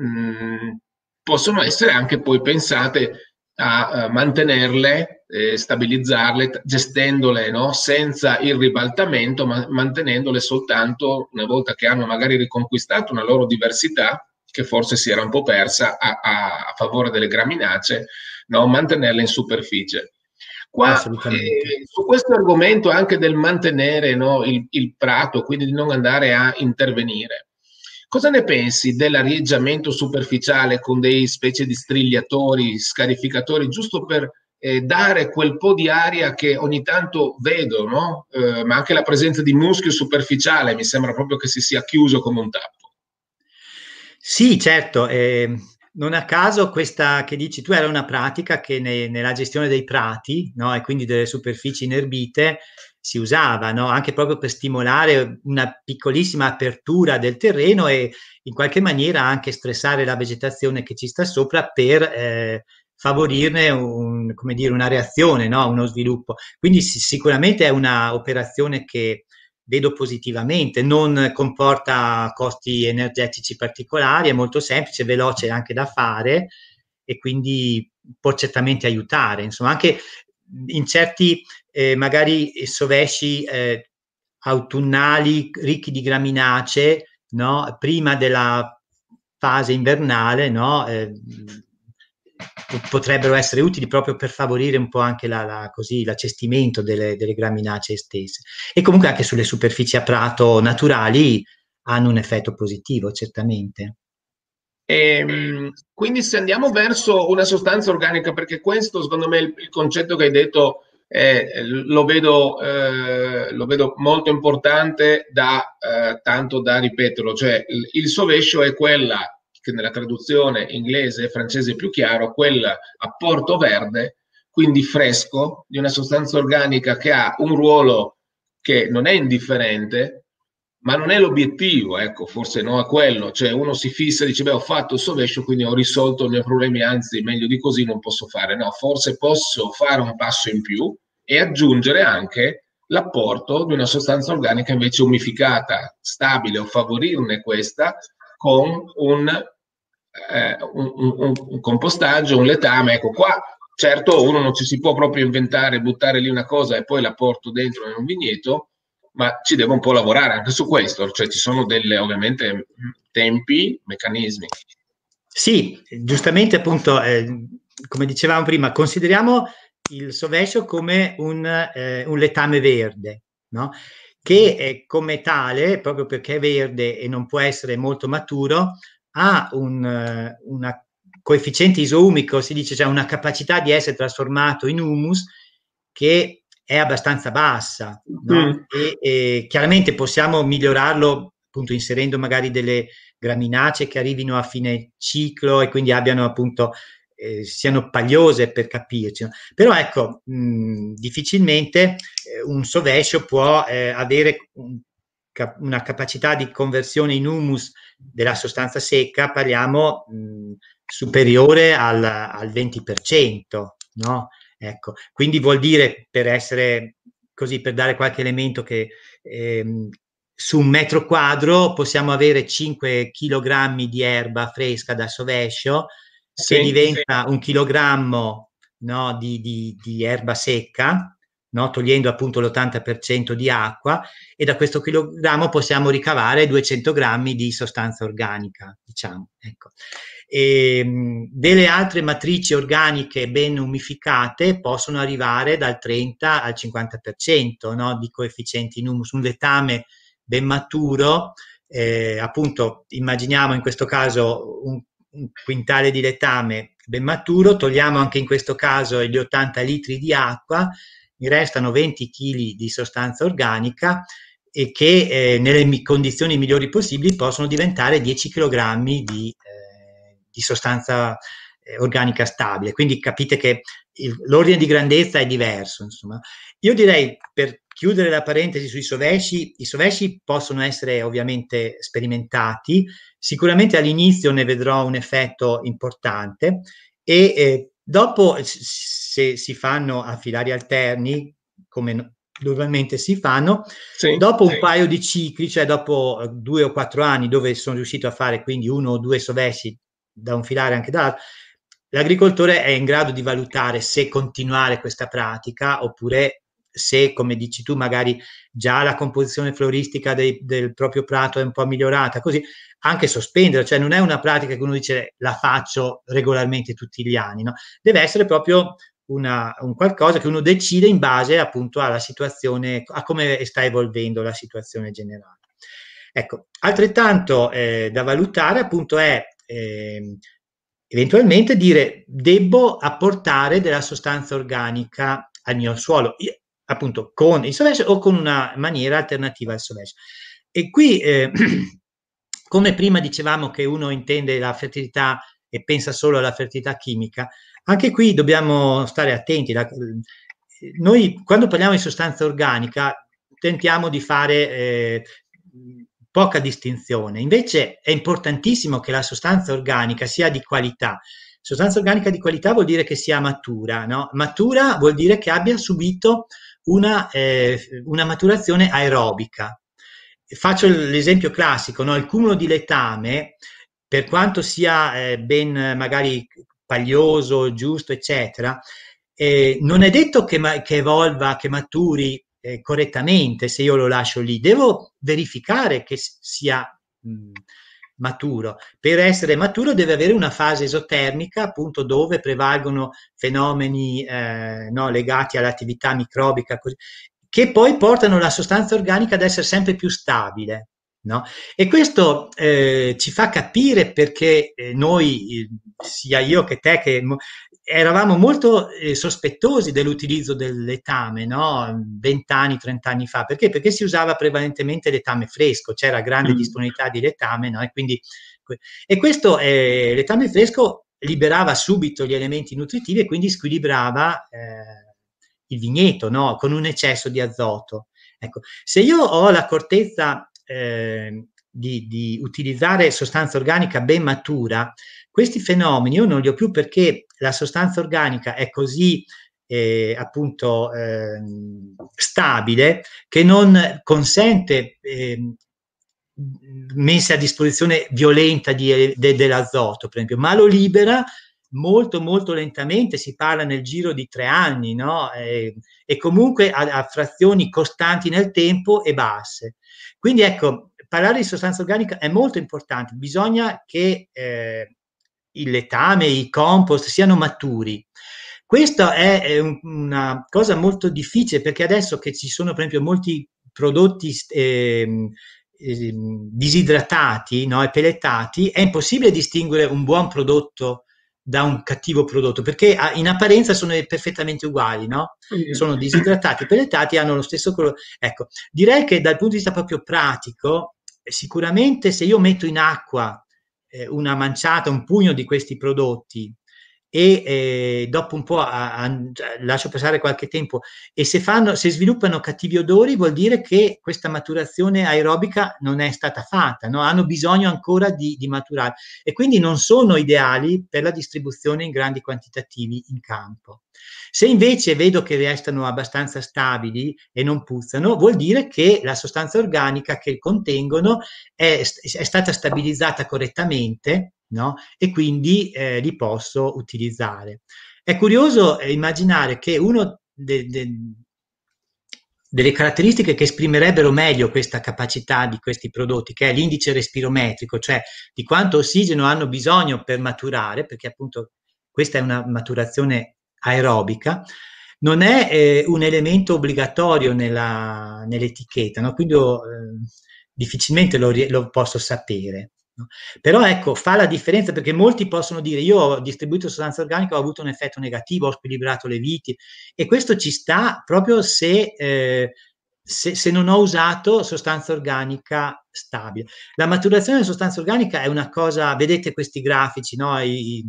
possono essere anche poi pensate a mantenerle, stabilizzarle, gestendole, no? Senza il ribaltamento, ma mantenendole soltanto una volta che hanno magari riconquistato una loro diversità, che forse si era un po' persa a favore delle graminacee, no? Mantenerle in superficie. Qua, Assolutamente. su questo argomento anche del mantenere, no, il prato, quindi di non andare a intervenire, cosa ne pensi dell'arieggiamento superficiale con dei specie di strigliatori, scarificatori, giusto per dare quel po' di aria che ogni tanto vedo, no? Ma anche la presenza di muschio superficiale mi sembra proprio che si sia chiuso come un tappo. Sì, certo, non a caso questa che dici tu era una pratica che nella gestione dei prati, no, e quindi delle superfici inerbite si usava, no, anche proprio per stimolare una piccolissima apertura del terreno e in qualche maniera anche stressare la vegetazione che ci sta sopra per favorirne come dire, una reazione, no, uno sviluppo. Quindi sicuramente è una operazione che vedo positivamente, non comporta costi energetici particolari, è molto semplice, veloce anche da fare e quindi può certamente aiutare. Insomma, anche in certi magari sovesci autunnali ricchi di graminacee, no? Prima della fase invernale, no? Potrebbero essere utili proprio per favorire un po' anche così, l'accestimento delle graminacee stesse. E comunque anche sulle superfici a prato naturali hanno un effetto positivo, certamente. Quindi se andiamo verso una sostanza organica, perché questo secondo me il concetto che hai detto lo vedo molto importante tanto da ripeterlo, cioè il sovescio è quella che nella traduzione inglese e francese è più chiaro, quell'apporto verde, quindi fresco, di una sostanza organica che ha un ruolo che non è indifferente, ma non è l'obiettivo, ecco, forse no è quello, cioè uno si fissa e dice, beh, ho fatto il sovescio, quindi ho risolto i miei problemi, anzi, meglio di così non posso fare. No, forse posso fare un passo in più e aggiungere anche l'apporto di una sostanza organica invece umificata, stabile, o favorirne questa con un compostaggio, un letame. Ecco, qua certo uno non ci si può proprio inventare, buttare lì una cosa e poi la porto dentro in un vigneto, ma ci deve un po' lavorare anche su questo, cioè ci sono delle ovviamente tempi, meccanismi. Sì, giustamente appunto, come dicevamo prima, consideriamo il sovescio come un letame verde, no? Che come tale, proprio perché è verde e non può essere molto maturo, ha una coefficiente isoumico, si dice, cioè una capacità di essere trasformato in humus che è abbastanza bassa, no? Mm. E chiaramente possiamo migliorarlo appunto inserendo magari delle graminacee che arrivino a fine ciclo e quindi abbiano appunto siano pagliose per capirci, no? Però ecco, difficilmente un sovescio può avere una capacità di conversione in humus della sostanza secca, parliamo superiore al 20%, no? Ecco, quindi vuol dire, per essere così, per dare qualche elemento, che su un metro quadro possiamo avere 5 kg di erba fresca da sovescio, che Sì, diventa un chilogrammo, no, di erba secca, no, togliendo appunto l'80% di acqua, e da questo chilogrammo possiamo ricavare 200 grammi di sostanza organica, diciamo. Ecco. Delle altre matrici organiche ben umificate possono arrivare dal 30 al 50%, no, di coefficienti in humus. Un letame ben maturo, appunto immaginiamo in questo caso un quintale di letame ben maturo, togliamo anche in questo caso gli 80 litri di acqua, mi restano 20 kg di sostanza organica e che nelle condizioni migliori possibili possono diventare 10 kg di sostanza organica stabile. Quindi capite che l'ordine di grandezza è diverso, insomma. Io direi, per chiudere la parentesi sui sovesci, i sovesci possono essere ovviamente sperimentati, sicuramente all'inizio ne vedrò un effetto importante e dopo, se si fanno a filari alterni, come normalmente si fanno, sì. dopo un paio di cicli, cioè dopo 2 o 4 anni dove sono riuscito a fare quindi 1 o 2 sovesci da un filare anche dall'altro, l'agricoltore è in grado di valutare se continuare questa pratica oppure se, come dici tu, magari già la composizione floristica del proprio prato è un po' migliorata, così anche sospendere, cioè non è una pratica che uno dice la faccio regolarmente tutti gli anni, no? Deve essere proprio un qualcosa che uno decide in base appunto alla situazione, a come sta evolvendo la situazione generale. Ecco, altrettanto da valutare appunto è eventualmente dire devo apportare della sostanza organica al mio suolo, appunto con il sovescio o con una maniera alternativa al sovescio. E qui, come prima dicevamo che uno intende la fertilità e pensa solo alla fertilità chimica, anche qui dobbiamo stare attenti. Noi quando parliamo di sostanza organica tentiamo di fare poca distinzione, invece è importantissimo che la sostanza organica sia di qualità. Sostanza organica di qualità vuol dire che sia matura, no? Matura vuol dire che abbia subito una maturazione aerobica. Faccio l'esempio classico, no? Il cumulo di letame, per quanto sia ben magari paglioso, giusto, eccetera, non è detto che evolva, che maturi correttamente se io lo lascio lì. Devo verificare che sia maturo. Per essere maturo deve avere una fase esotermica, appunto, dove prevalgono fenomeni no, legati all'attività microbica, così, che poi portano la sostanza organica ad essere sempre più stabile. No? E questo ci fa capire perché noi, sia io che te, che eravamo molto sospettosi dell'utilizzo del letame, no? 20 anni, 30 anni fa. Perché? Perché si usava prevalentemente letame fresco, c'era grande disponibilità di letame, no? E quindi questo letame fresco liberava subito gli elementi nutritivi e quindi squilibrava il vigneto, no? Con un eccesso di azoto. Ecco, se io ho l'accortezza di utilizzare sostanza organica ben matura, questi fenomeni io non li ho più, perché la sostanza organica è così appunto stabile, che non consente messa a disposizione violenta dell'azoto, per esempio, ma lo libera molto molto lentamente, si parla nel giro di 3 anni, no? E comunque a frazioni costanti nel tempo e basse. Quindi ecco, parlare di sostanza organica è molto importante, bisogna che il letame, i compost siano maturi. Questa è una cosa molto difficile, perché adesso che ci sono per esempio molti prodotti disidratati, no, e pelletati, è impossibile distinguere un buon prodotto da un cattivo prodotto, perché in apparenza sono perfettamente uguali, no? Sono disidratati, pelletati, hanno lo stesso colore. Ecco, direi che dal punto di vista proprio pratico, sicuramente se io metto in acqua una manciata, un pugno di questi prodotti e dopo un po' lascio passare qualche tempo, e se sviluppano cattivi odori, vuol dire che questa maturazione aerobica non è stata fatta, no? Hanno bisogno ancora di maturare, e quindi non sono ideali per la distribuzione in grandi quantitativi in campo. Se invece vedo che restano abbastanza stabili e non puzzano, vuol dire che la sostanza organica che contengono è stata stabilizzata correttamente, no? E quindi li posso utilizzare. È curioso immaginare che uno delle caratteristiche che esprimerebbero meglio questa capacità di questi prodotti, che è l'indice respirometrico, cioè di quanto ossigeno hanno bisogno per maturare, perché appunto questa è una maturazione aerobica, non è un elemento obbligatorio nell'etichetta, no? Quindi difficilmente lo posso sapere. No? Però ecco, fa la differenza, perché molti possono dire: io ho distribuito sostanza organica, ho avuto un effetto negativo, ho squilibrato le viti, e questo ci sta proprio se non ho usato sostanza organica stabile. La maturazione della sostanza organica è una cosa, vedete questi grafici, no?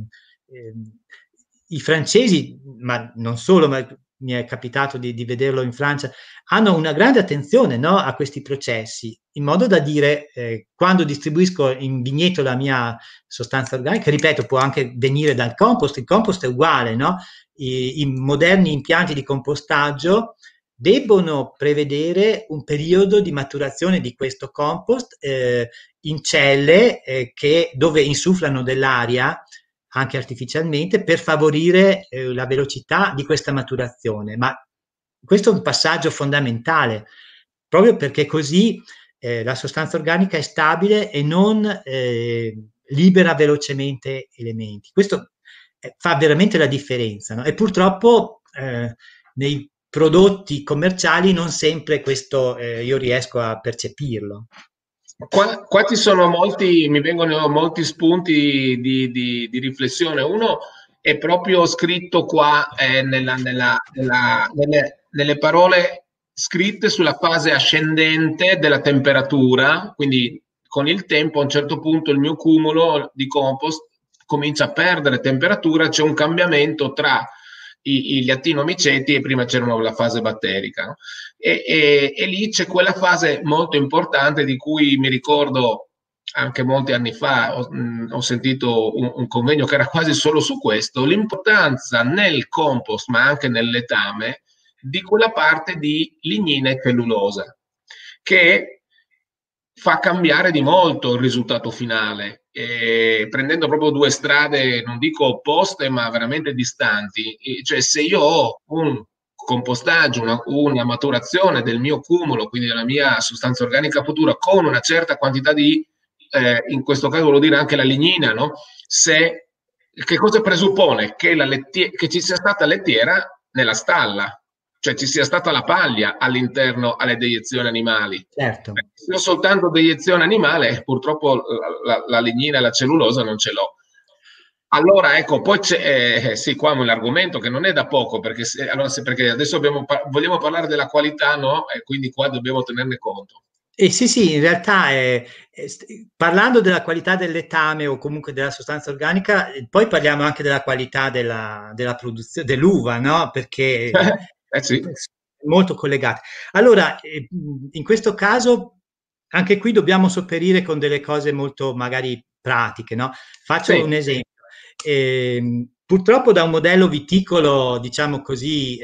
I francesi, ma non solo, ma mi è capitato di vederlo in Francia, hanno una grande attenzione, no, a questi processi, in modo da dire quando distribuisco in vigneto la mia sostanza organica, ripeto, può anche venire dal compost, il compost è uguale, no? I moderni impianti di compostaggio debbono prevedere un periodo di maturazione di questo compost in celle dove insufflano dell'aria anche artificialmente, per favorire la velocità di questa maturazione. Ma questo è un passaggio fondamentale, proprio perché così la sostanza organica è stabile e non libera velocemente elementi. Questo fa veramente la differenza, no? E purtroppo nei prodotti commerciali non sempre questo io riesco a percepirlo. Qua ci sono mi vengono molti spunti di riflessione. Uno è proprio scritto qua nelle parole scritte sulla fase ascendente della temperatura, quindi con il tempo a un certo punto il mio cumulo di compost comincia a perdere temperatura, c'è un cambiamento tra gli attinomiceti e prima c'era la fase batterica, no? E lì c'è quella fase molto importante di cui mi ricordo anche molti anni fa ho sentito un convegno che era quasi solo su questo, l'importanza nel compost ma anche nel letame di quella parte di lignina e cellulosa che fa cambiare di molto il risultato finale, prendendo proprio due strade, non dico opposte, ma veramente distanti. Cioè, se io ho un compostaggio, una maturazione del mio cumulo, quindi della mia sostanza organica futura, con una certa quantità in questo caso vuol dire anche la lignina, no? Che cosa presuppone? Che ci sia stata lettiera nella stalla, cioè ci sia stata la paglia all'interno alle deiezioni animali. Certo. Se ho soltanto deiezione animale, purtroppo la lignina e la cellulosa non ce l'ho. Allora, ecco, poi c'è, sì, qua è un argomento che non è da poco, perché adesso vogliamo parlare della qualità, no? E quindi qua dobbiamo tenerne conto. Sì, in realtà parlando della qualità del letame o comunque della sostanza organica, poi parliamo anche della qualità della produzione dell'uva, no? Perché Sì. molto collegate. Allora, in questo caso anche qui dobbiamo sopperire con delle cose molto magari pratiche, no? Faccio un Sì, esempio. Purtroppo da un modello viticolo, diciamo così,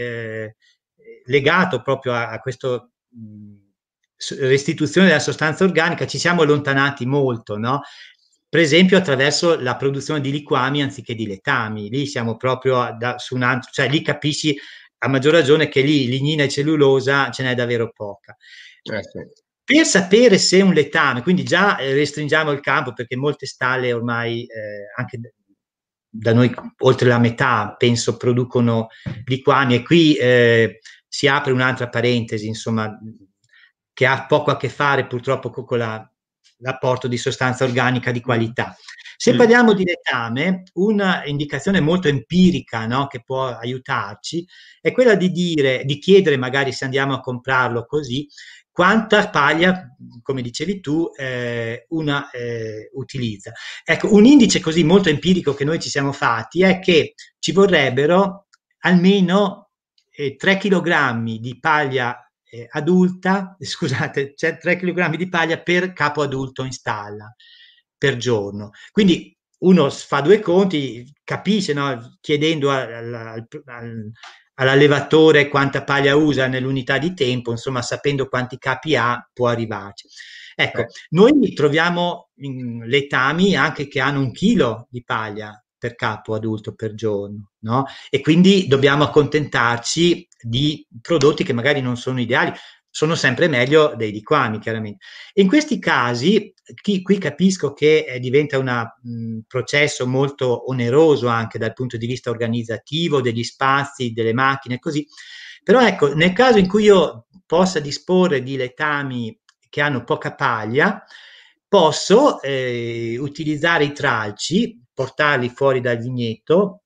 legato proprio a questo restituzione della sostanza organica, ci siamo allontanati molto, no? Per esempio attraverso la produzione di liquami anziché di letami. Lì siamo proprio su un altro, cioè lì capisci a maggior ragione che lì lignina e cellulosa ce n'è davvero poca. sì. Per sapere se un letame, quindi già restringiamo il campo perché molte stalle ormai, anche da noi oltre la metà, penso, producono liquami, e qui si apre un'altra parentesi, insomma, che ha poco a che fare purtroppo con l'apporto di sostanza organica di qualità. Se Mm. parliamo di letame, una indicazione molto empirica, no, che può aiutarci è quella di chiedere, magari se andiamo a comprarlo così, quanta paglia, come dicevi tu, una utilizza. Ecco, un indice così molto empirico che noi ci siamo fatti è che ci vorrebbero almeno 3 kg di paglia adulta, scusate, cioè 3 kg di paglia per capo adulto in stalla per giorno. Quindi uno fa due conti, capisce, no? Chiedendo all'allevatore quanta paglia usa nell'unità di tempo, insomma, sapendo quanti capi ha, può arrivarci. Ecco, noi troviamo letami anche che hanno 1 chilo di paglia per capo adulto per giorno, no? E quindi dobbiamo accontentarci di prodotti che magari non sono ideali, sono sempre meglio dei liquami, chiaramente. E in questi casi, qui capisco che diventa un processo molto oneroso anche dal punto di vista organizzativo, degli spazi, delle macchine, così. Però ecco, nel caso in cui io possa disporre di letami che hanno poca paglia, posso utilizzare i tralci, portarli fuori dal vigneto,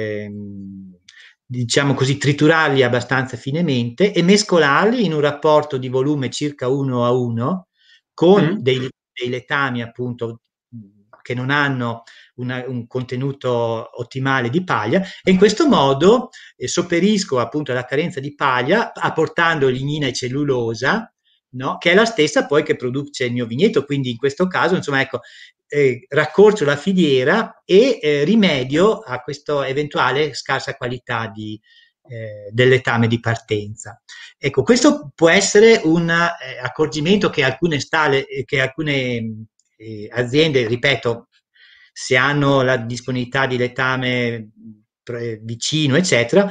diciamo così, triturarli abbastanza finemente e mescolarli in un rapporto di volume circa 1 a 1 con Mm. dei letami appunto che non hanno un contenuto ottimale di paglia, e in questo modo sopperisco appunto alla carenza di paglia apportando lignina e cellulosa, no? Che è la stessa poi che produce il mio vigneto, quindi in questo caso insomma ecco, raccorcio la filiera e rimedio a questa eventuale scarsa qualità del letame di partenza. Ecco, questo può essere un accorgimento che alcune stalle, che alcune aziende, ripeto, se hanno la disponibilità di letame vicino, eccetera,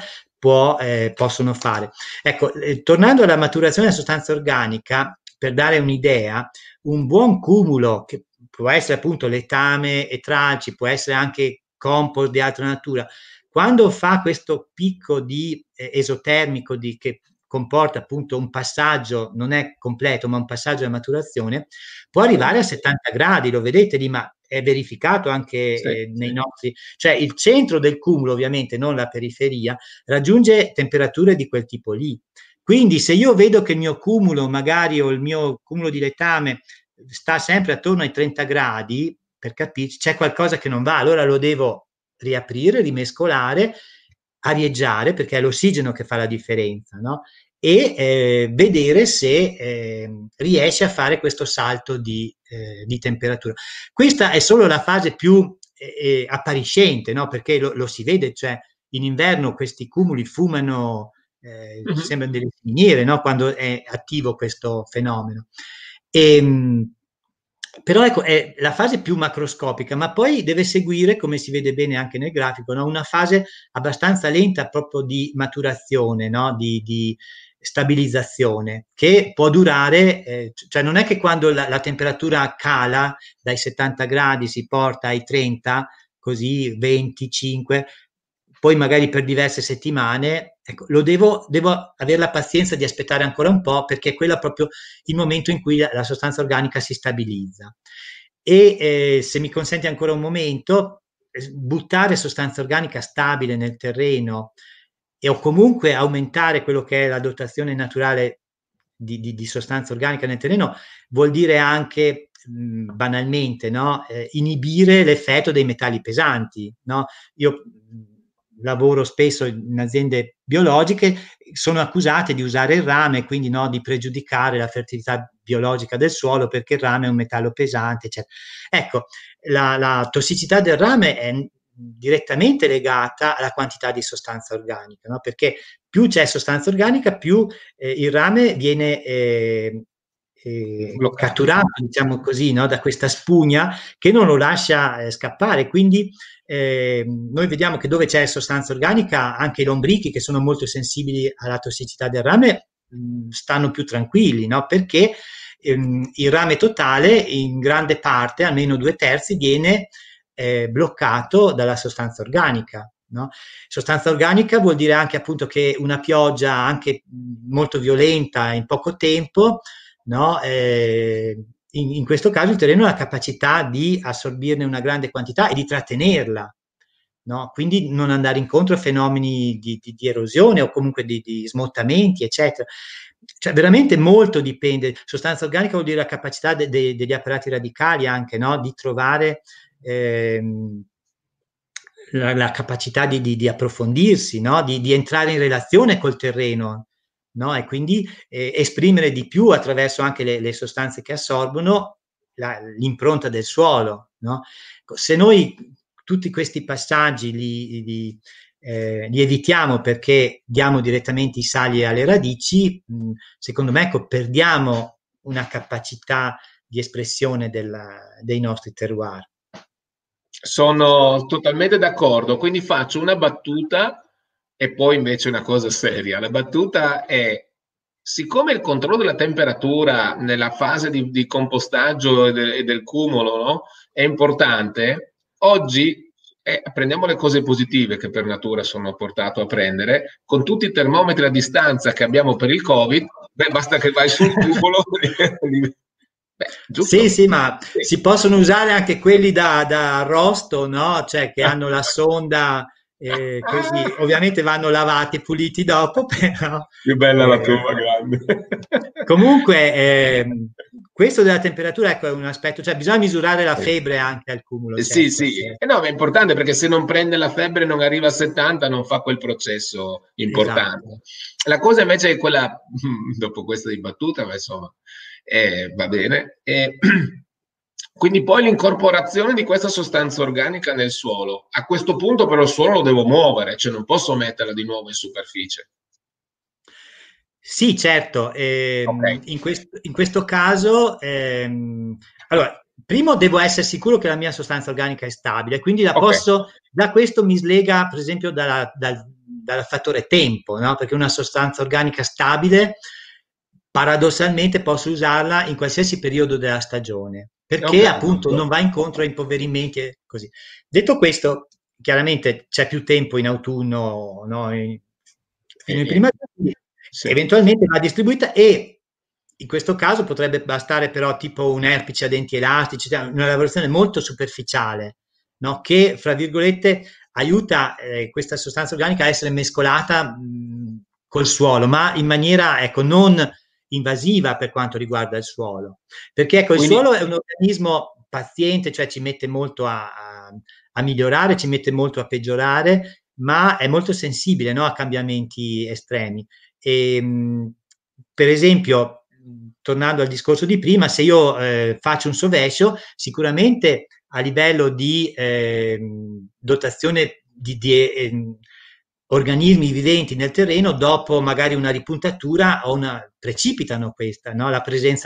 possono fare. Ecco, tornando alla maturazione della sostanza organica, per dare un'idea, un buon cumulo che può essere appunto letame e tralci, può essere anche compost di altra natura, quando fa questo picco di esotermico che comporta appunto un passaggio, non è completo, ma un passaggio di maturazione, può arrivare a 70 gradi, lo vedete lì, ma è verificato anche Sì. nei nostri, cioè il centro del cumulo, ovviamente non la periferia, raggiunge temperature di quel tipo lì. Quindi se io vedo che il mio cumulo, magari, o il mio cumulo di letame sta sempre attorno ai 30 gradi, per capirci, c'è qualcosa che non va, allora lo devo riaprire, rimescolare, arieggiare, perché è l'ossigeno che fa la differenza, no? E vedere se riesce a fare questo salto di temperatura. Questa è solo la fase più appariscente, no? Perché lo si vede, cioè in inverno questi cumuli fumano, Mhm. sembrano delle miniere, no? Quando è attivo questo fenomeno. E, però ecco, è la fase più macroscopica, ma poi deve seguire, come si vede bene anche nel grafico, no? Una fase abbastanza lenta proprio di maturazione, no? Di stabilizzazione, che può durare, cioè non è che quando la temperatura cala dai 70 gradi si porta ai 30, così 25, poi magari per diverse settimane, ecco, devo avere la pazienza di aspettare ancora un po', perché è quello proprio il momento in cui la sostanza organica si stabilizza. E se mi consenti ancora un momento, buttare sostanza organica stabile nel terreno o comunque aumentare quello che è la dotazione naturale di sostanza organica nel terreno vuol dire anche banalmente, no? Inibire l'effetto dei metalli pesanti, no? Io lavoro spesso in aziende biologiche, sono accusate di usare il rame, quindi no, di pregiudicare la fertilità biologica del suolo perché il rame è un metallo pesante, eccetera. Ecco, la tossicità del rame è direttamente legata alla quantità di sostanza organica, no? Perché più c'è sostanza organica, più il rame viene bloccato. catturato, diciamo così, no? Da questa spugna che non lo lascia scappare. Quindi noi vediamo che dove c'è sostanza organica, anche i lombrichi, che sono molto sensibili alla tossicità del rame, stanno più tranquilli, no? Perché il rame totale, in grande parte, almeno 2/3, viene bloccato dalla sostanza organica. No? Sostanza organica vuol dire anche appunto che una pioggia anche molto violenta in poco tempo, no? In questo caso il terreno ha la capacità di assorbirne una grande quantità e di trattenerla, no? Quindi non andare incontro a fenomeni di erosione o comunque di smottamenti, eccetera. Cioè, veramente molto dipende. Sostanza organica vuol dire la capacità degli apparati radicali anche, no? Di trovare la capacità di approfondirsi, no? Di entrare in relazione col terreno, no? E quindi esprimere di più attraverso anche le sostanze che assorbono l'impronta del suolo, no? Se noi tutti questi passaggi li evitiamo perché diamo direttamente i sali alle radici, secondo me, ecco, perdiamo una capacità di espressione dei nostri terroir. Sono totalmente d'accordo, quindi faccio una battuta e poi invece una cosa seria. La battuta è, siccome il controllo della temperatura nella fase di compostaggio e del cumulo, no, è importante, oggi prendiamo le cose positive che per natura sono portato a prendere, con tutti i termometri a distanza che abbiamo per il Covid, beh, basta che vai sul cumulo. Beh, Sì, giusto? sì, ma Sì. si possono usare anche quelli da arrosto, no? Cioè che hanno la sonda, così. Ovviamente vanno lavati e puliti dopo, però Più bella la eh, tua, grande. comunque questo della temperatura, ecco, è un aspetto, cioè bisogna misurare la febbre anche al cumulo, Sì, certo. sì, no, ma è importante perché se non prende la febbre e non arriva a 70 non fa quel processo Esatto. importante. La cosa invece è quella, dopo questa di battuta, ma insomma, va bene. Quindi poi l'incorporazione di questa sostanza organica nel suolo. A questo punto però il suolo lo devo muovere, cioè non posso metterla di nuovo in superficie. Sì, certo, Ok, in questo caso, allora, primo devo essere sicuro che la mia sostanza organica è stabile, quindi ok, da questo mi slega per esempio dal fattore tempo, no? Perché una sostanza organica stabile, paradossalmente posso usarla in qualsiasi periodo della stagione, ok. perché appunto non va incontro a impoverimenti e così. Detto questo, chiaramente c'è più tempo in autunno, no? Fino in Eh, primavera, sì. eventualmente va distribuita e in questo caso potrebbe bastare però tipo un erpice a denti elastici, cioè una lavorazione molto superficiale, no? Che, fra virgolette, aiuta questa sostanza organica a essere mescolata col suolo, ma in maniera, ecco, non invasiva per quanto riguarda il suolo. Perché ecco, il Quindi, suolo è un organismo paziente, cioè ci mette molto a migliorare, ci mette molto a peggiorare, ma è molto sensibile, no, a cambiamenti estremi. E, per esempio, tornando al discorso di prima, se io faccio un sovescio, sicuramente a livello di dotazione di organismi viventi nel terreno, dopo magari una ripuntatura precipitano questa, no? La presenza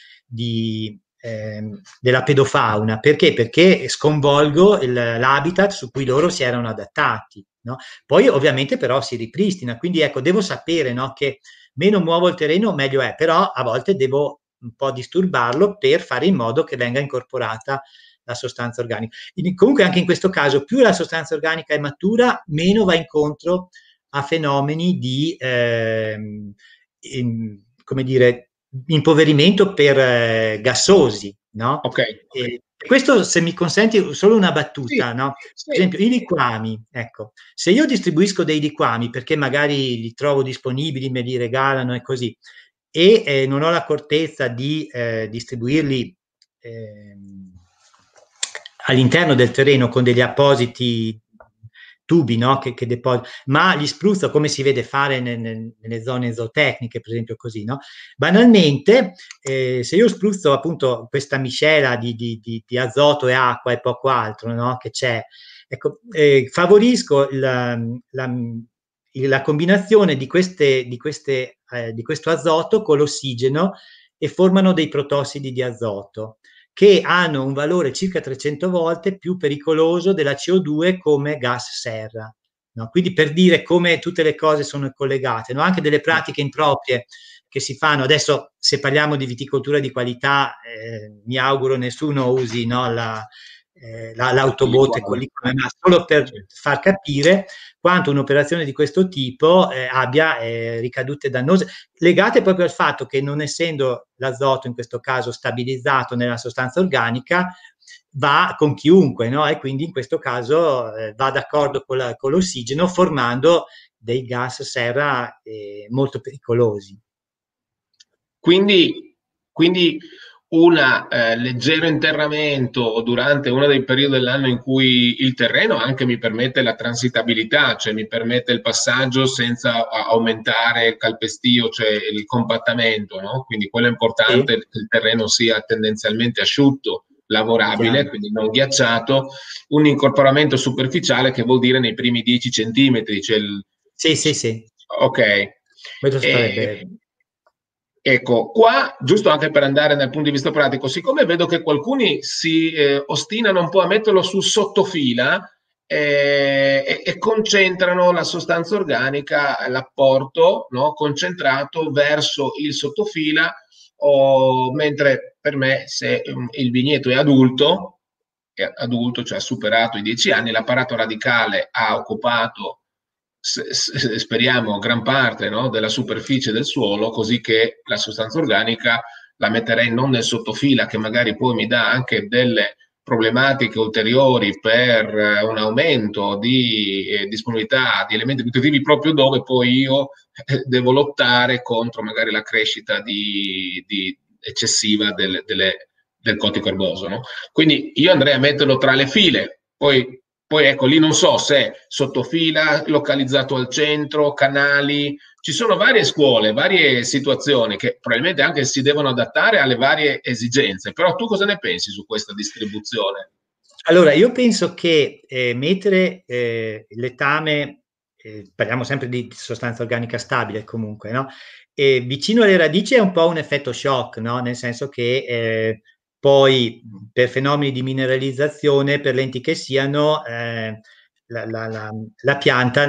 della pedofauna. Perché? Perché sconvolgo l'habitat su cui loro si erano adattati. No? Poi ovviamente però si ripristina, quindi ecco, devo sapere, no, che meno muovo il terreno meglio è, però a volte devo un po' disturbarlo per fare in modo che venga incorporata la sostanza organica. Comunque anche in questo caso più la sostanza organica è matura, meno va incontro a fenomeni come dire, impoverimento per gassosi, no? ok. E questo, se mi consenti, solo una Sì, battuta, no? Per sì. esempio, i liquami, ecco, se io distribuisco dei liquami perché magari li trovo disponibili, me li regalano e così, e non ho l'accortezza di distribuirli ehm, all'interno del terreno con degli appositi tubi, no? Che ma li spruzzo come si vede fare nelle zone zootecniche, per esempio, così, no? Banalmente, se io spruzzo appunto questa miscela di azoto e acqua e poco altro, no? Che c'è, ecco, favorisco la combinazione di questo azoto con l'ossigeno e formano dei protossidi di azoto che hanno un valore circa 300 volte più pericoloso della CO2 come gas serra. No? Quindi per dire come tutte le cose sono collegate, no? Anche delle pratiche improprie che si fanno. Adesso, se parliamo di viticoltura di qualità, mi auguro nessuno usi, no, l'autobotte con liquame, ma solo per far capire quanto un'operazione di questo tipo abbia ricadute dannose, legate proprio al fatto che, non essendo l'azoto in questo caso stabilizzato nella sostanza organica, va con chiunque, no? E quindi in questo caso va d'accordo con l'ossigeno, formando dei gas serra molto pericolosi. Quindi un leggero interramento durante uno dei periodi dell'anno in cui il terreno anche mi permette la transitabilità, cioè mi permette il passaggio senza aumentare il calpestio, cioè il compattamento, no? Quindi quello è importante, che il terreno sia tendenzialmente asciutto, lavorabile, quindi non ghiacciato, un incorporamento superficiale che vuol dire nei primi 10 centimetri. Cioè Sì. Ok. Questo sarebbe... Ecco, qua, giusto anche per andare dal punto di vista pratico, siccome vedo che alcuni si ostinano un po' a metterlo su sottofila e concentrano la sostanza organica, l'apporto, no, concentrato verso il sottofila, mentre per me, se il vigneto è adulto, cioè ha superato i 10 anni, l'apparato radicale ha occupato, speriamo, gran parte, no, della superficie del suolo, così che la sostanza organica la metterei non nel sottofila, che magari poi mi dà anche delle problematiche ulteriori per un aumento di disponibilità di elementi nutritivi, proprio dove poi io devo lottare contro magari la crescita di eccessiva del cortico erboso, no? Quindi io andrei a metterlo tra le file, poi ecco, lì non so se sottofila, localizzato al centro, canali, ci sono varie scuole, varie situazioni che probabilmente anche si devono adattare alle varie esigenze, però tu cosa ne pensi su questa distribuzione? Allora, io penso che mettere il letame, parliamo sempre di sostanza organica stabile comunque, no? Vicino alle radici è un po' un effetto shock, no? Nel senso che poi per fenomeni di mineralizzazione, per lenti che siano, la pianta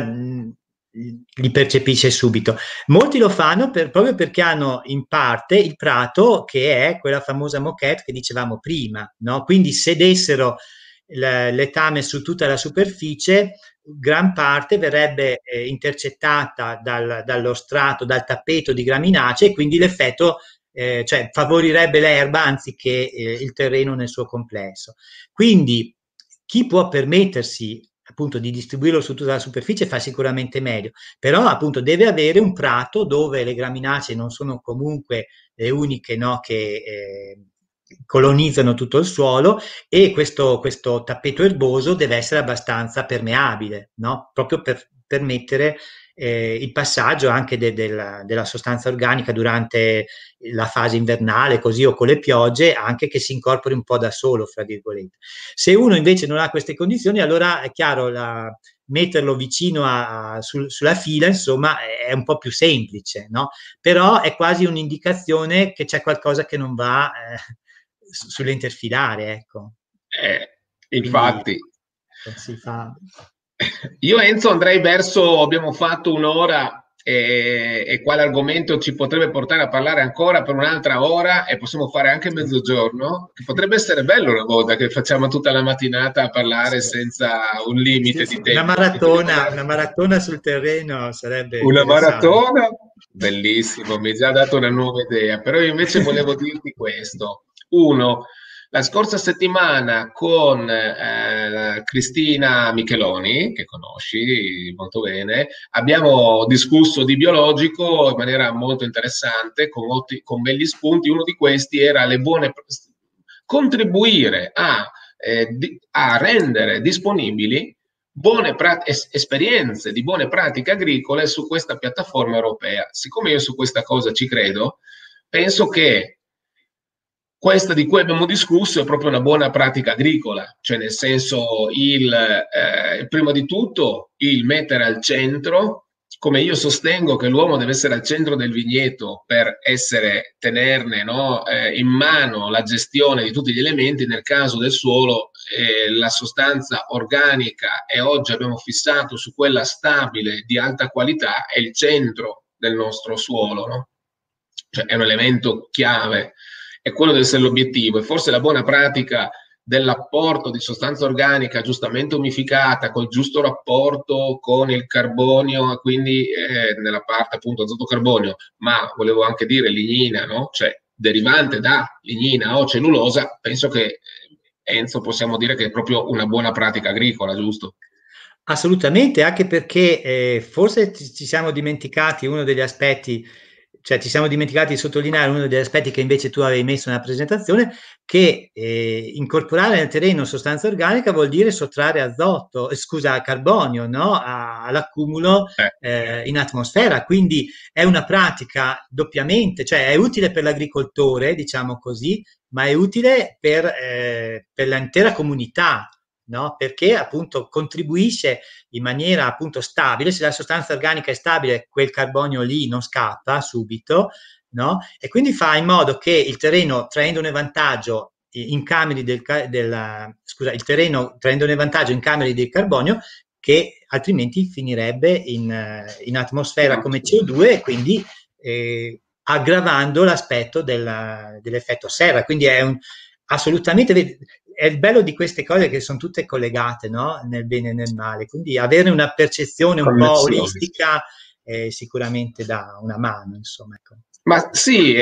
li percepisce subito. Molti lo fanno proprio perché hanno in parte il prato, che è quella famosa moquette che dicevamo prima, no? Quindi se dessero letame su tutta la superficie, gran parte verrebbe intercettata dallo strato, dal tappeto di graminacee, e quindi l'effetto cioè favorirebbe l'erba anziché il terreno nel suo complesso. Quindi chi può permettersi appunto di distribuirlo su tutta la superficie fa sicuramente meglio, però appunto deve avere un prato dove le graminacee non sono comunque le uniche, no, che colonizzano tutto il suolo, e questo tappeto erboso deve essere abbastanza permeabile, no? Proprio per permettere il passaggio anche della sostanza organica durante la fase invernale, così, o con le piogge, anche che si incorpori un po' da solo, fra virgolette. Se uno invece non ha queste condizioni, allora è chiaro, metterlo vicino sulla fila, insomma, è un po' più semplice, no? Però è quasi un'indicazione che c'è qualcosa che non va sull'interfilare, ecco. Infatti. Quindi, si fa... Io Enzo andrei verso, abbiamo fatto un'ora e qua l'argomento ci potrebbe portare a parlare ancora per un'altra ora e possiamo fare anche mezzogiorno, che potrebbe essere bello una volta che facciamo tutta la mattinata a parlare senza un limite di tempo. Una maratona sul terreno sarebbe Una interessante. maratona? Bellissimo, mi hai già dato una nuova idea, però io invece volevo dirti questo. Uno, la scorsa settimana con Cristina Micheloni, che conosci molto bene, abbiamo discusso di biologico in maniera molto interessante, con begli spunti. Uno di questi era contribuire a rendere disponibili esperienze di buone pratiche agricole su questa piattaforma europea. Siccome io su questa cosa ci credo, penso che questa di cui abbiamo discusso è proprio una buona pratica agricola, cioè nel senso prima di tutto il mettere al centro, come io sostengo che l'uomo deve essere al centro del vigneto per tenerne, no, in mano la gestione di tutti gli elementi. Nel caso del suolo, la sostanza organica, e oggi abbiamo fissato su quella stabile di alta qualità, è il centro del nostro suolo, no? Cioè è un elemento chiave, e quello deve essere l'obiettivo. E forse la buona pratica dell'apporto di sostanza organica giustamente umificata, col giusto rapporto con il carbonio, quindi nella parte appunto azoto carbonio, ma volevo anche dire lignina, no? Cioè derivante da lignina o cellulosa, penso che Enzo possiamo dire che è proprio una buona pratica agricola, giusto? Assolutamente, anche perché forse ci siamo dimenticati uno degli aspetti, cioè ci siamo dimenticati di sottolineare uno degli aspetti che invece tu avevi messo nella presentazione, che incorporare nel terreno sostanza organica vuol dire sottrarre azoto, scusa, carbonio, no? All'accumulo in atmosfera. Quindi è una pratica doppiamente, cioè è utile per l'agricoltore, diciamo così, ma è utile per l'intera comunità. No? Perché appunto contribuisce in maniera appunto stabile. Se la sostanza organica è stabile, quel carbonio lì non scappa subito, no? E quindi fa in modo che il terreno, traendone vantaggio in cameri il terreno traendone vantaggio in cameri del carbonio, che altrimenti finirebbe in atmosfera come CO2, e quindi aggravando l'aspetto dell'effetto serra. Quindi assolutamente, è il bello di queste cose, che sono tutte collegate, no? Nel bene e nel male, quindi avere una percezione un po' olistica sicuramente dà una mano, insomma, ecco. Ma sì,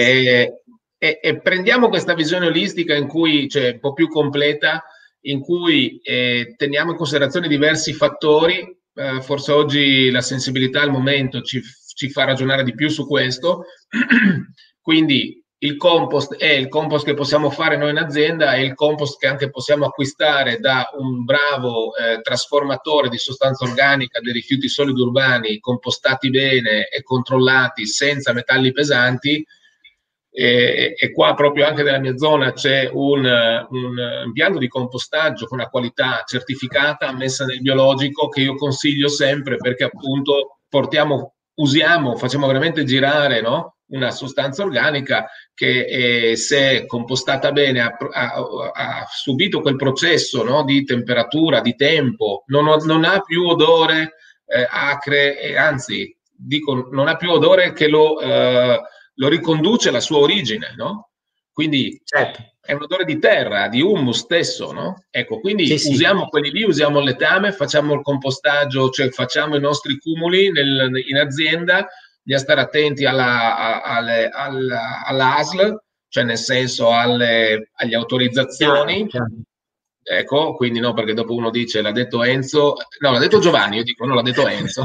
e prendiamo questa visione olistica in cui, cioè un po' più completa, in cui teniamo in considerazione diversi fattori. Forse oggi la sensibilità al momento ci fa ragionare di più su questo. Quindi il compost è il compost che possiamo fare noi in azienda, e il compost che anche possiamo acquistare da un bravo trasformatore di sostanza organica dei rifiuti solidi urbani, compostati bene e controllati senza metalli pesanti. E qua proprio anche nella mia zona c'è un impianto di compostaggio con una qualità certificata, ammessa nel biologico, che io consiglio sempre, perché appunto facciamo veramente girare, no? Una sostanza organica che se compostata bene ha subito quel processo, no? Di temperatura, di tempo, non ha più odore acre, anzi dico, non ha più odore che lo riconduce alla sua origine, no? Quindi certo, è un odore di terra, di humus stesso, no? Ecco, quindi sì, usiamo quelli lì, usiamo il letame, facciamo il compostaggio, cioè facciamo i nostri cumuli in azienda. Bisogna stare attenti all'ASL, cioè nel senso alle autorizzazioni. chiaro. Ecco, quindi no, perché dopo uno dice l'ha detto Enzo, no, l'ha detto Giovanni, io dico no, l'ha detto Enzo.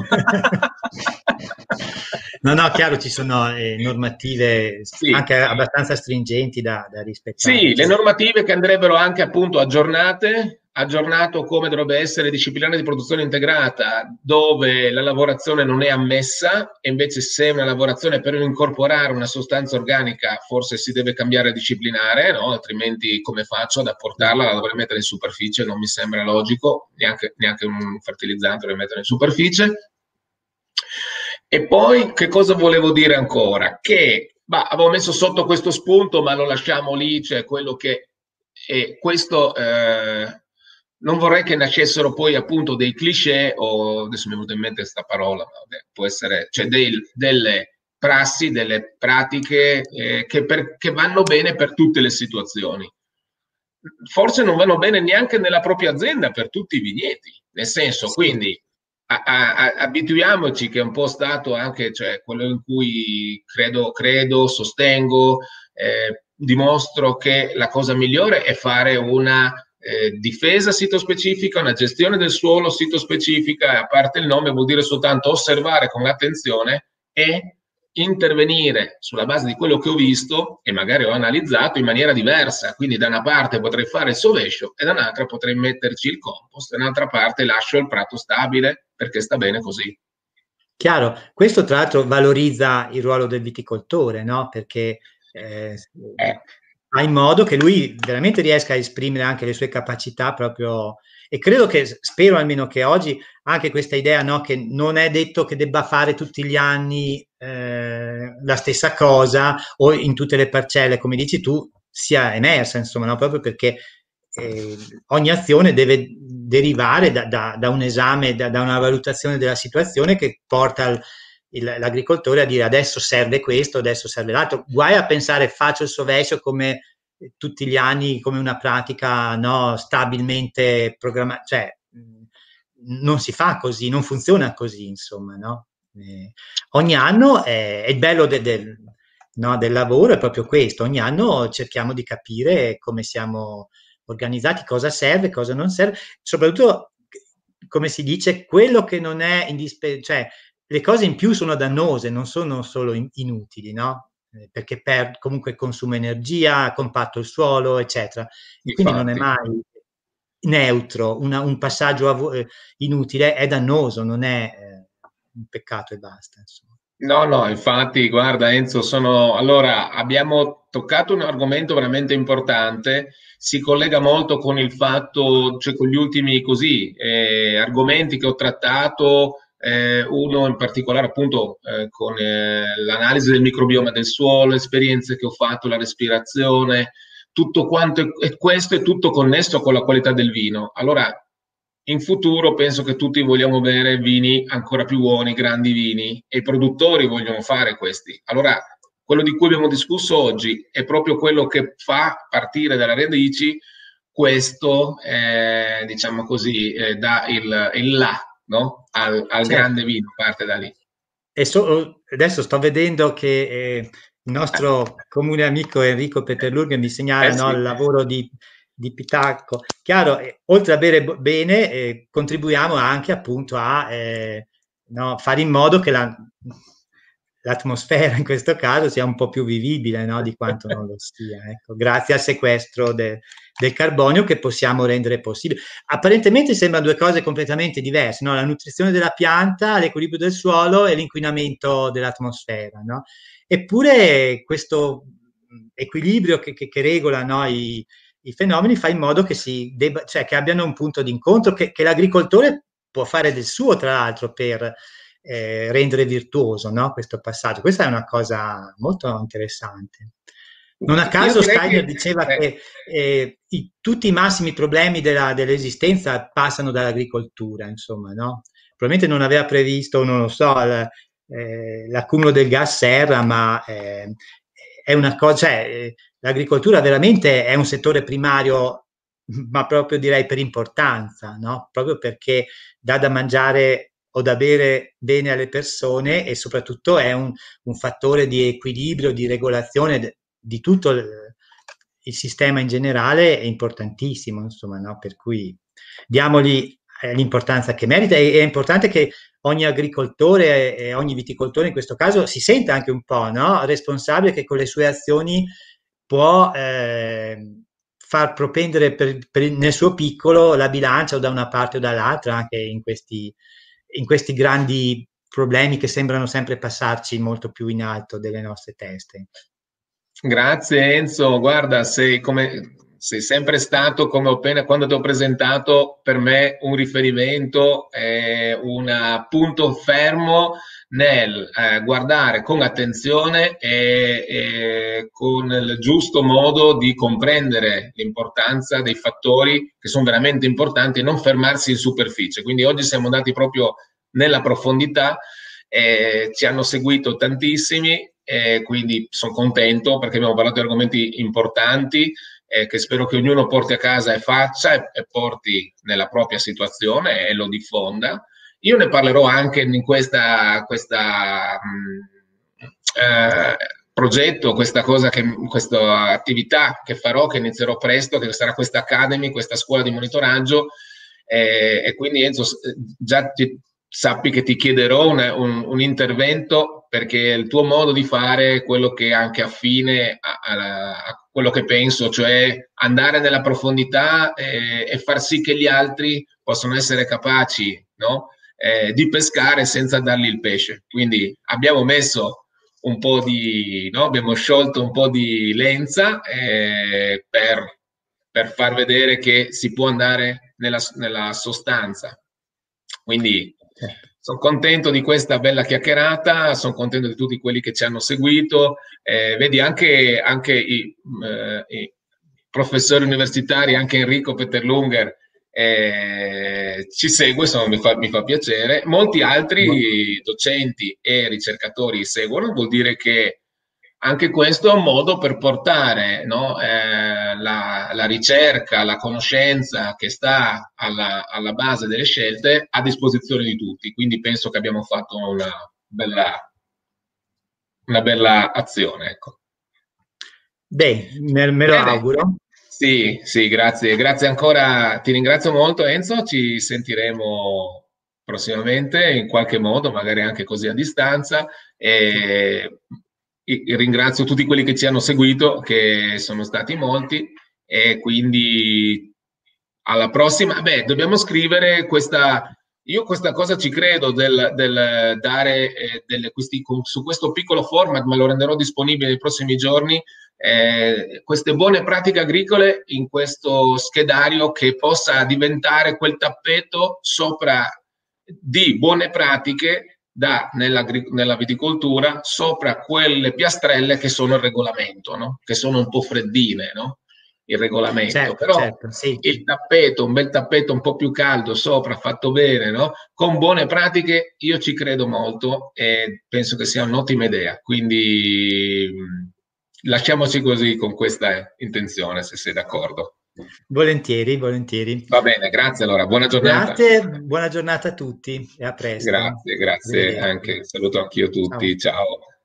No, chiaro, ci sono normative Sì. anche abbastanza stringenti da rispettare. Sì, le normative che andrebbero anche appunto aggiornato come dovrebbe essere disciplina di produzione integrata, dove la lavorazione non è ammessa, e invece se una lavorazione per incorporare una sostanza organica forse si deve cambiare disciplinare, no? Altrimenti come faccio ad apportarla? La dovrei mettere in superficie, non mi sembra logico, neanche un fertilizzante deve mettere in superficie. E poi che cosa volevo dire ancora? Che avevo messo sotto questo spunto, ma lo lasciamo lì, cioè quello che questo non vorrei che nascessero poi appunto dei cliché, o adesso mi è venuta in mente questa parola, ma vabbè, può essere, cioè delle prassi, delle pratiche che vanno bene per tutte le situazioni. Forse non vanno bene neanche nella propria azienda per tutti i vigneti, nel senso, quindi abituiamoci, che è un po' stato anche, cioè, quello in cui sostengo, dimostro che la cosa migliore è fare una difesa sito-specifica, una gestione del suolo sito-specifica, e a parte il nome vuol dire soltanto osservare con attenzione e intervenire sulla base di quello che ho visto e magari ho analizzato in maniera diversa. Quindi da una parte potrei fare il sovescio e da un'altra potrei metterci il compost, e dall'altra parte lascio il prato stabile perché sta bene così. Chiaro, questo tra l'altro valorizza il ruolo del viticoltore, no? Perché Eh, fa in modo che lui veramente riesca a esprimere anche le sue capacità proprio, e credo che, spero almeno che oggi anche questa idea, no, che non è detto che debba fare tutti gli anni la stessa cosa o in tutte le parcelle, come dici tu, sia emersa, insomma, no? Proprio perché ogni azione deve derivare da un esame, da una valutazione della situazione che porta l'agricoltore a dire adesso serve questo, adesso serve l'altro. Guai a pensare faccio il sovescio come tutti gli anni, come una pratica, no, stabilmente programmata, cioè non si fa così, non funziona così, insomma, no? Ogni anno è il bello no, del lavoro è proprio questo, ogni anno cerchiamo di capire come siamo organizzati, cosa serve, cosa non serve, soprattutto, come si dice, quello che non è indispensabile, cioè le cose in più sono dannose, non sono solo inutili, no? Perché comunque consuma energia, compatto il suolo, eccetera. E quindi non è infatti. mai neutro, un passaggio inutile, è dannoso, non è un peccato e basta, insomma. No, no, infatti, guarda Enzo, allora, abbiamo toccato un argomento veramente importante, si collega molto con il fatto, cioè con gli ultimi così, argomenti che ho trattato, uno in particolare appunto con l'analisi del microbioma del suolo, esperienze che ho fatto, la respirazione, tutto quanto, e questo è tutto connesso con la qualità del vino. Allora, in futuro penso che tutti vogliamo bere vini ancora più buoni, grandi vini, e i produttori vogliono fare questi. Allora, quello di cui abbiamo discusso oggi è proprio quello che fa partire dalle radici questo, diciamo così, dà il là, no? Al grande Certo. vino, parte da lì. Adesso sto vedendo che il nostro comune amico Enrico Peterlurghe mi segnala, Eh no, sì. il lavoro di Pitacco. Chiaro, oltre a bere bene, contribuiamo anche appunto a no, fare in modo che l'atmosfera in questo caso sia un po' più vivibile, no, di quanto non lo sia. Ecco, grazie al sequestro del carbonio che possiamo rendere possibile. Apparentemente sembrano due cose completamente diverse, no? La nutrizione della pianta, l'equilibrio del suolo e l'inquinamento dell'atmosfera, no? Eppure questo equilibrio che regola, no, i fenomeni fa in modo che cioè, che abbiano un punto di incontro, che l'agricoltore può fare del suo, tra l'altro, per rendere virtuoso, no, questo passaggio. Questa è una cosa molto interessante. Non a Io caso direi Steiner che diceva che tutti i massimi problemi dell'esistenza passano dall'agricoltura, insomma, no? Probabilmente non aveva previsto, non lo so, l'accumulo del gas serra, ma è una cosa, cioè, l'agricoltura veramente è un settore primario, ma proprio direi per importanza, no? Proprio perché dà da mangiare o da bere bene alle persone e soprattutto è un fattore di equilibrio, di regolazione di tutto il sistema in generale, è importantissimo, insomma, no? Per cui diamogli l'importanza che merita e è importante che ogni agricoltore e ogni viticoltore in questo caso si senta anche un po', no, responsabile, che con le sue azioni può far propendere nel suo piccolo la bilancia o da una parte o dall'altra anche in questi grandi problemi che sembrano sempre passarci molto più in alto delle nostre teste. Grazie Enzo, guarda, sei sempre stato, come ho appena quando ti ho presentato, per me un riferimento, un punto fermo nel guardare con attenzione e con il giusto modo di comprendere l'importanza dei fattori che sono veramente importanti e non fermarsi in superficie. Quindi oggi siamo andati proprio nella profondità, ci hanno seguito tantissimi, quindi sono contento perché abbiamo parlato di argomenti importanti che spero che ognuno porti a casa e faccia e porti nella propria situazione e lo diffonda. Io ne parlerò anche in questa progetto, questa attività che farò, che inizierò presto, che sarà questa Academy, questa scuola di monitoraggio. E quindi Enzo, già sappi che ti chiederò un intervento no? Perché il tuo modo di fare è quello che è anche affine a quello che penso, cioè andare nella profondità e far sì che gli altri possano essere capaci, no? Di pescare senza dargli il pesce. Quindi abbiamo messo un po' di, no? Abbiamo sciolto un po' di lenza per far vedere che si può andare nella sostanza. Quindi Certo. sono contento di questa bella chiacchierata, sono contento di tutti quelli che ci hanno seguito. Vedi anche i professori universitari, anche Enrico Peterlunger, ci segue, insomma, mi fa piacere. Molti altri docenti e ricercatori seguono, vuol dire che anche questo è un modo per portare, no, la ricerca, la conoscenza che sta alla base delle scelte a disposizione di tutti. Quindi penso che abbiamo fatto una bella azione, ecco. Beh, me lo Bene, auguro. sì, sì, grazie, grazie ancora, ti ringrazio molto Enzo, ci sentiremo prossimamente in qualche modo, magari anche così a distanza, e ringrazio tutti quelli che ci hanno seguito, che sono stati molti, e quindi alla prossima. Beh, dobbiamo scrivere questa. Io questa cosa ci credo del dare su questo piccolo format, ma lo renderò disponibile nei prossimi giorni, queste buone pratiche agricole in questo schedario che possa diventare quel tappeto sopra di buone pratiche nella viticoltura sopra quelle piastrelle che sono il regolamento, no? Che sono un po' freddine, no? Il regolamento, Certo, però certo, sì. il tappeto, un bel tappeto un po' più caldo sopra, fatto bene, no? Con buone pratiche, io ci credo molto e penso che sia un'ottima idea. Quindi lasciamoci così con questa intenzione, se sei d'accordo. Volentieri, volentieri. Va bene, grazie allora, buona giornata. Grazie, buona giornata a tutti e a presto. Grazie, grazie Arrivederci. anche, saluto anch'io Ciao. tutti, ciao.